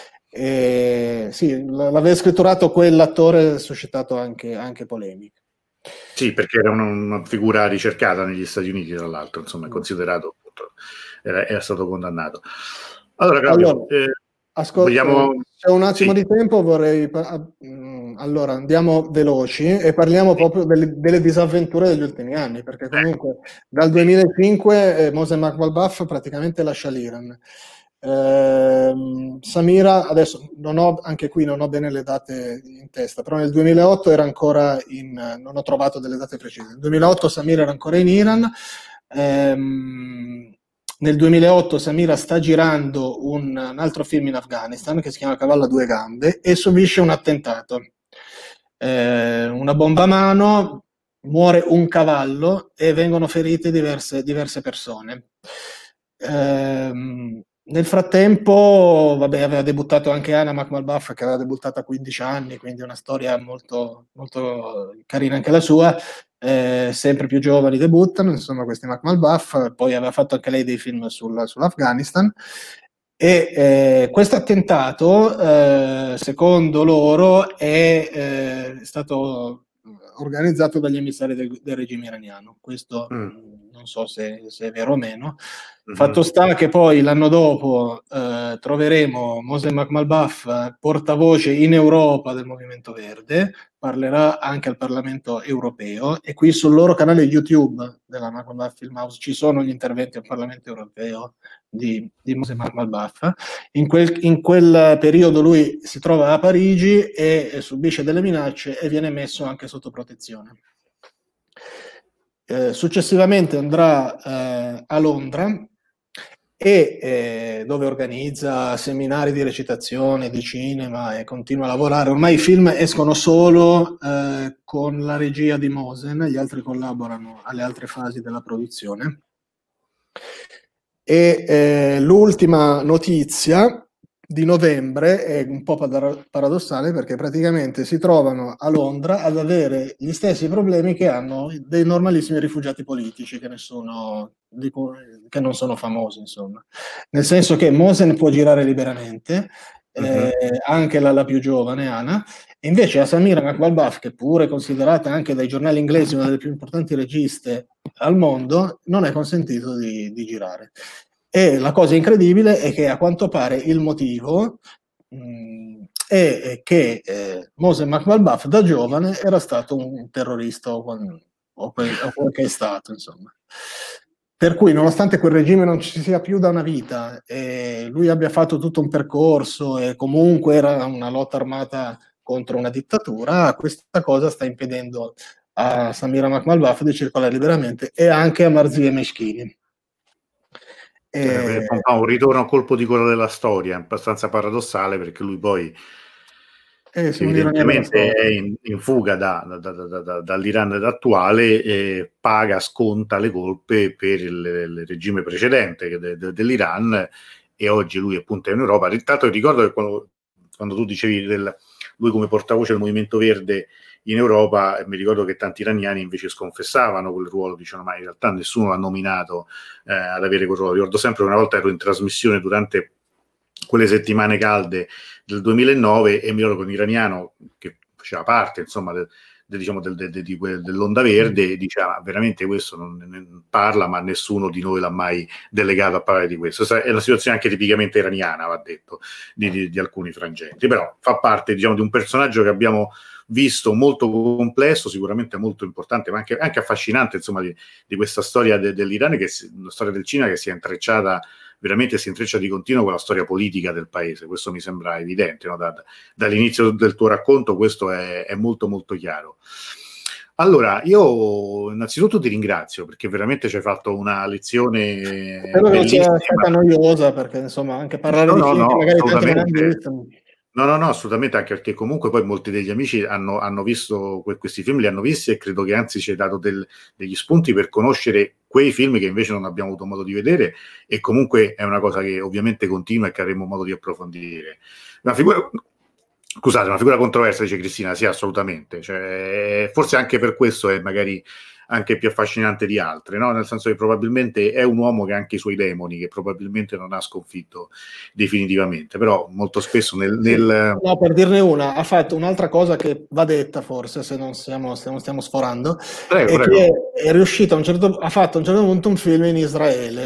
E sì, l- l'aver scritturato quell'attore ha suscitato anche, anche polemiche. Sì, perché era una, una figura ricercata negli Stati Uniti, tra l'altro, insomma, è considerato, appunto, era, era stato condannato. Allora, Claudio, Allora, eh, Ascolta, Vogliamo... c'è un attimo sì. di tempo, vorrei... Allora, andiamo veloci e parliamo proprio delle, delle disavventure degli ultimi anni, perché comunque dal duemilacinque eh, Mose McMalbuff praticamente lascia l'Iran. Eh, Samira, adesso non ho, anche qui non ho bene le date in testa, però nel duemilaotto era ancora in... non ho trovato delle date precise. Nel duemilaotto Samira era ancora in Iran. Ehm, Nel duemilaotto Samira sta girando un, un altro film in Afghanistan che si chiama Cavallo a due gambe e subisce un attentato. Eh, una bomba a mano, muore un cavallo e vengono ferite diverse, diverse persone. Eh, nel frattempo, vabbè, aveva debuttato anche Anna McMalbuff, che aveva debuttato a quindici anni, quindi una storia molto, molto carina anche la sua. Eh, sempre più giovani debuttano, insomma, questi McMalbuff, poi aveva fatto anche lei dei film sul, sull'Afghanistan. E eh, questo attentato, eh, secondo loro, è eh, stato organizzato dagli emissari del, del regime iraniano. Questo mm. non so se, se è vero o meno. Mm-hmm. Fatto sta che poi l'anno dopo eh, troveremo Mose McMalbuff portavoce in Europa del Movimento Verde, parlerà anche al Parlamento europeo e qui sul loro canale YouTube della McMalbuff Film House ci sono gli interventi al Parlamento europeo di, di Mose McMalbuff. In quel, in quel periodo lui si trova a Parigi e, e subisce delle minacce e viene messo anche sotto protezione. Eh, successivamente andrà eh, a Londra e eh, dove organizza seminari di recitazione, di cinema e continua a lavorare. Ormai i film escono solo eh, con la regia di Mosen, gli altri collaborano alle altre fasi della produzione. E eh, l'ultima notizia di novembre è un po' paradossale perché praticamente si trovano a Londra ad avere gli stessi problemi che hanno dei normalissimi rifugiati politici che, ne sono, che non sono famosi, insomma. Nel senso che Mosen può girare liberamente, uh-huh. eh, anche la, la più giovane Anna, e invece a Samira McMalbuff, che pure è considerata anche dai giornali inglesi una delle più importanti registe al mondo, non è consentito di, di girare. E la cosa incredibile è che a quanto pare il motivo mh, è che eh, Mose McMalbuff da giovane era stato un terrorista o, quel, o, quel, o quel che è stato, insomma. Per cui nonostante quel regime non ci sia più da una vita e lui abbia fatto tutto un percorso e comunque era una lotta armata contro una dittatura, questa cosa sta impedendo a Samira McMalbuff di circolare liberamente e anche a Marzieh Meshkini. Eh, un, un ritorno a colpo di quello della storia, abbastanza paradossale perché lui poi eh, evidentemente è in, in fuga da, da, da, da, dall'Iran attuale e paga, sconta le colpe per il, il regime precedente de, de, dell'Iran e oggi lui appunto è in Europa. Intanto ricordo che quando, quando tu dicevi del, lui come portavoce del Movimento Verde in Europa, mi ricordo che tanti iraniani invece sconfessavano quel ruolo, dicevano ma in realtà nessuno l'ha nominato eh, ad avere quel ruolo. Ricordo sempre che una volta ero in trasmissione durante quelle settimane calde del duemilanove e mi ricordo che un iraniano che faceva parte insomma del, del, diciamo, del, del, di, dell'Onda Verde diceva veramente questo non ne parla ma nessuno di noi l'ha mai delegato a parlare di questo. Questa è una situazione anche tipicamente iraniana, va detto, di, di, di alcuni frangenti, però fa parte diciamo di un personaggio che abbiamo visto molto complesso, sicuramente molto importante, ma anche, anche affascinante, insomma, di, di questa storia de, dell'Iran, che è una storia del cinema che si è intrecciata, veramente si intreccia di continuo con la storia politica del paese. Questo mi sembra evidente, no? da, da, dall'inizio del tuo racconto questo è, è molto molto chiaro. Allora, io innanzitutto ti ringrazio perché veramente ci hai fatto una lezione Spero bellissima. Che sia stata noiosa perché insomma anche parlare no, di no, film no, magari tanti non hanno visto. No, no, no, assolutamente, anche perché comunque poi molti degli amici hanno, hanno visto que- questi film, li hanno visti e credo che anzi ci hai dato del, degli spunti per conoscere quei film che invece non abbiamo avuto modo di vedere e comunque è una cosa che ovviamente continua e che avremo modo di approfondire. Una figura, scusate, una figura controversa, dice Cristina, sì, assolutamente, cioè, forse anche per questo è magari anche più affascinante di altre, no? Nel senso che probabilmente è un uomo che ha anche i suoi demoni, che probabilmente non ha sconfitto definitivamente, però molto spesso nel... nel... No, per dirne una, ha fatto un'altra cosa che va detta forse, se non stiamo, stiamo, stiamo sforando, prego, è prego. che è riuscito a un certo, ha fatto a un certo punto un film in Israele,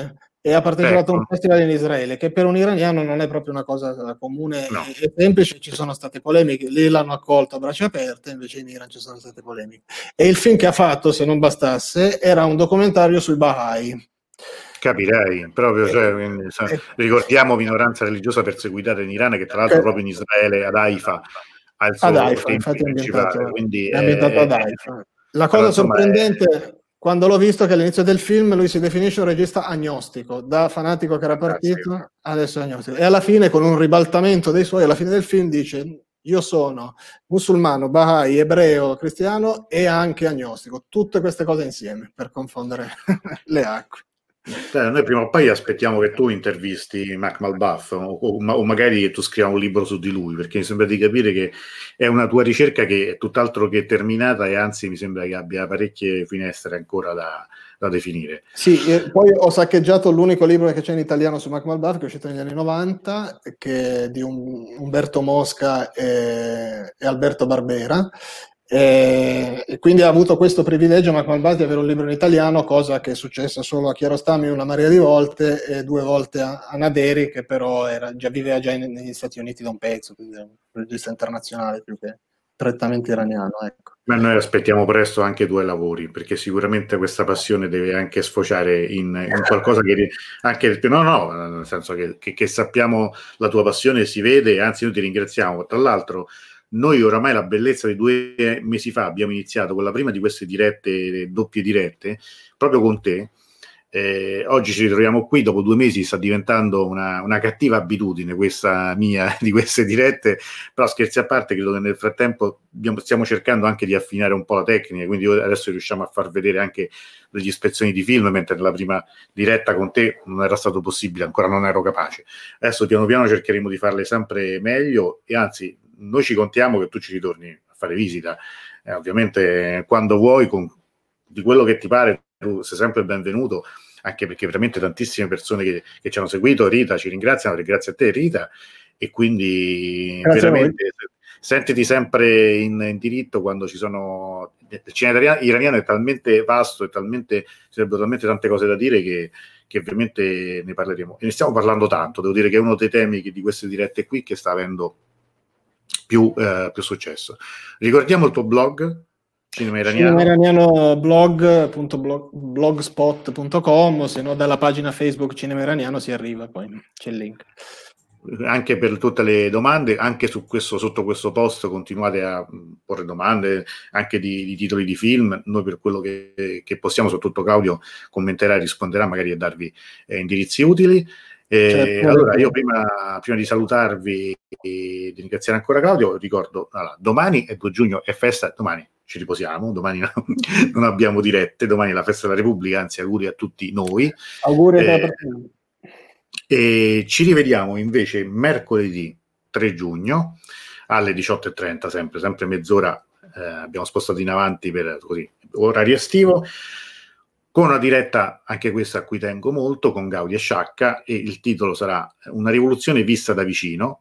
e ha partecipato ecco. a un festival in Israele, che per un iraniano non è proprio una cosa comune No. e semplice, ci sono state polemiche, lì l'hanno accolto a braccia aperte, invece in Iran ci sono state polemiche. E il film che ha fatto, se non bastasse, era un documentario sui Bahá'í. Capirei, proprio, cioè, quindi, sa- ricordiamo minoranza religiosa perseguitata in Iran, che tra l'altro proprio in Israele, ad Haifa, ha il suo Ad Haifa, tempio infatti è principale, ambientato, quindi è ambientato è- ad Haifa. La però, cosa insomma, sorprendente, quando l'ho visto, che all'inizio del film lui si definisce un regista agnostico, da fanatico che era partito, adesso è agnostico. E alla fine, con un ribaltamento dei suoi, alla fine del film dice: io sono musulmano, Bahá'í, ebreo, cristiano e anche agnostico. Tutte queste cose insieme, per confondere le acque. Cioè, noi prima o poi aspettiamo che tu intervisti Mark Malbaff o, o, o magari che tu scriva un libro su di lui, perché mi sembra di capire che è una tua ricerca che è tutt'altro che terminata e anzi mi sembra che abbia parecchie finestre ancora da, da definire. Sì, e poi ho saccheggiato l'unico libro che c'è in italiano su Mark Malbaff, che è uscito negli anni novanta, che è di un, Umberto Mosca e, e Alberto Barbera. E, e quindi ha avuto questo privilegio Mark Malbaff di avere un libro in italiano, cosa che è successa solo a Kiarostami una marea di volte e due volte a, a Naderi, che però era, già viveva già in, negli Stati Uniti da un pezzo, quindi è un regista internazionale più che prettamente iraniano, ecco. Ma noi aspettiamo presto anche i tuoi lavori, perché sicuramente questa passione deve anche sfociare in, in qualcosa che anche no no nel senso che, che, che sappiamo la tua passione si vede, anzi noi ti ringraziamo. Tra l'altro noi oramai la bellezza di due mesi fa abbiamo iniziato con la prima di queste dirette, doppie dirette, proprio con te. Eh, oggi ci ritroviamo qui, dopo due mesi sta diventando una, una cattiva abitudine questa mia di queste dirette, però scherzi a parte, credo che nel frattempo abbiamo, stiamo cercando anche di affinare un po' la tecnica, quindi adesso riusciamo a far vedere anche delle ispezioni di film, mentre nella prima diretta con te non era stato possibile, ancora non ero capace. Adesso piano piano cercheremo di farle sempre meglio e anzi noi ci contiamo che tu ci ritorni a fare visita, eh, ovviamente quando vuoi, con, di quello che ti pare, tu sei sempre benvenuto, anche perché veramente tantissime persone che, che ci hanno seguito, Rita ci ringraziano, grazie a te Rita, e quindi grazie veramente sentiti sempre in, in diritto quando ci sono. Il cinema iraniano è talmente vasto e talmente, ci sarebbero talmente tante cose da dire che, che ovviamente ne parleremo, e ne stiamo parlando tanto. Devo dire che è uno dei temi che, di queste dirette qui che sta avendo più, eh, più successo. Ricordiamo il tuo blog Cinema Iraniano, Cinema Iraniano blog punto blogspot punto com, se no dalla pagina Facebook Cinema Iraniano si arriva, poi c'è il link. Anche per tutte le domande, anche su questo, sotto questo post continuate a porre domande anche di, di titoli di film. Noi per quello che, che possiamo, soprattutto Claudio commenterà e risponderà magari a darvi eh, indirizzi utili. Eh, certo, allora io prima, prima di salutarvi e di ringraziare ancora Claudio ricordo, allora, domani è due giugno, è festa, domani ci riposiamo, domani no, non abbiamo dirette, domani è la festa della Repubblica, anzi auguri a tutti noi. Auguri eh, a tutti. E ci rivediamo invece mercoledì tre giugno alle diciotto e trenta, sempre, sempre mezz'ora, eh, abbiamo spostato in avanti per così orario estivo, con una diretta anche questa a cui tengo molto, con Gaudia Sciacca, e il titolo sarà Una rivoluzione vista da vicino.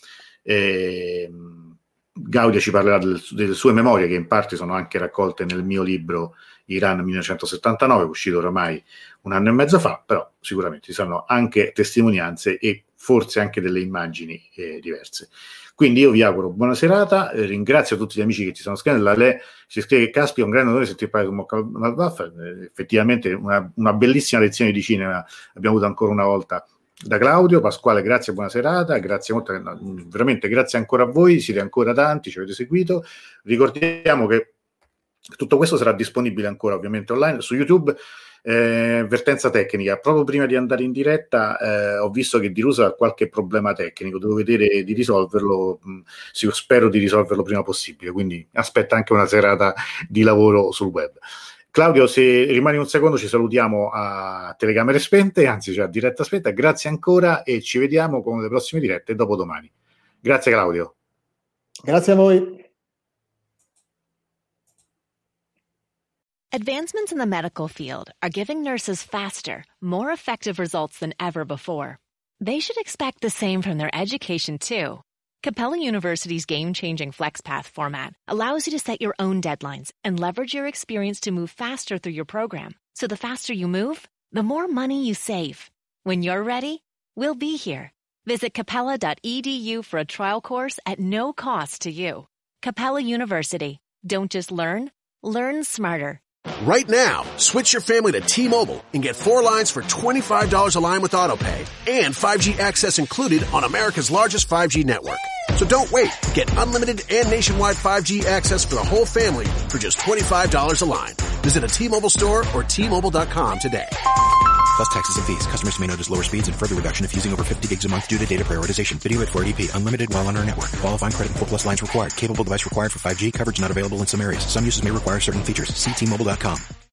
Eh, Gaudia ci parlerà del, delle sue memorie, che in parte sono anche raccolte nel mio libro Iran millenovecentosettantanove, uscito oramai un anno e mezzo fa, però sicuramente ci saranno anche testimonianze e forse anche delle immagini eh, diverse. Quindi io vi auguro buona serata, eh, ringrazio tutti gli amici che ci sono scritti. La Le ci scrive che caspita, un grande onore sentire parlare su Mark Malbaff, eh, effettivamente una, una bellissima lezione di cinema abbiamo avuto ancora una volta da Claudio. Pasquale, grazie, buona serata, grazie molto, no, veramente grazie ancora a voi, siete ancora tanti, ci avete seguito. Ricordiamo che tutto questo sarà disponibile ancora ovviamente online su YouTube. Eh, vertenza tecnica, proprio prima di andare in diretta eh, ho visto che Dirusa ha qualche problema tecnico, devo vedere di risolverlo, mh, sì, spero di risolverlo prima possibile, quindi aspetta anche una serata di lavoro sul web. Claudio, se rimani un secondo ci salutiamo a telecamere spente, anzi cioè a diretta spenta, grazie ancora e ci vediamo con le prossime dirette dopo domani. Grazie Claudio. Grazie a voi. Advancements in the medical field are giving nurses faster, more effective results than ever before. They should expect the same from their education, too. Capella University's game-changing FlexPath format allows you to set your own deadlines and leverage your experience to move faster through your program. So the faster you move, the more money you save. When you're ready, we'll be here. Visit capella dot e d u for a trial course at no cost to you. Capella University. Don't just learn, learn smarter. Right now, switch your family to T-Mobile and get four lines for twenty-five dollars a line with AutoPay and five G access included on America's largest five G network. So don't wait. Get unlimited and nationwide five G access for the whole family for just twenty-five dollars a line. Visit a T-Mobile store or T Mobile dot com today. Plus taxes and fees. Customers may notice lower speeds and further reduction if using over fifty gigs a month due to data prioritization. Video at four eighty p. Unlimited while on our network. Qualifying credit and four plus lines required. Capable device required for five G. Coverage not available in some areas. Some uses may require certain features. See T Mobile dot com.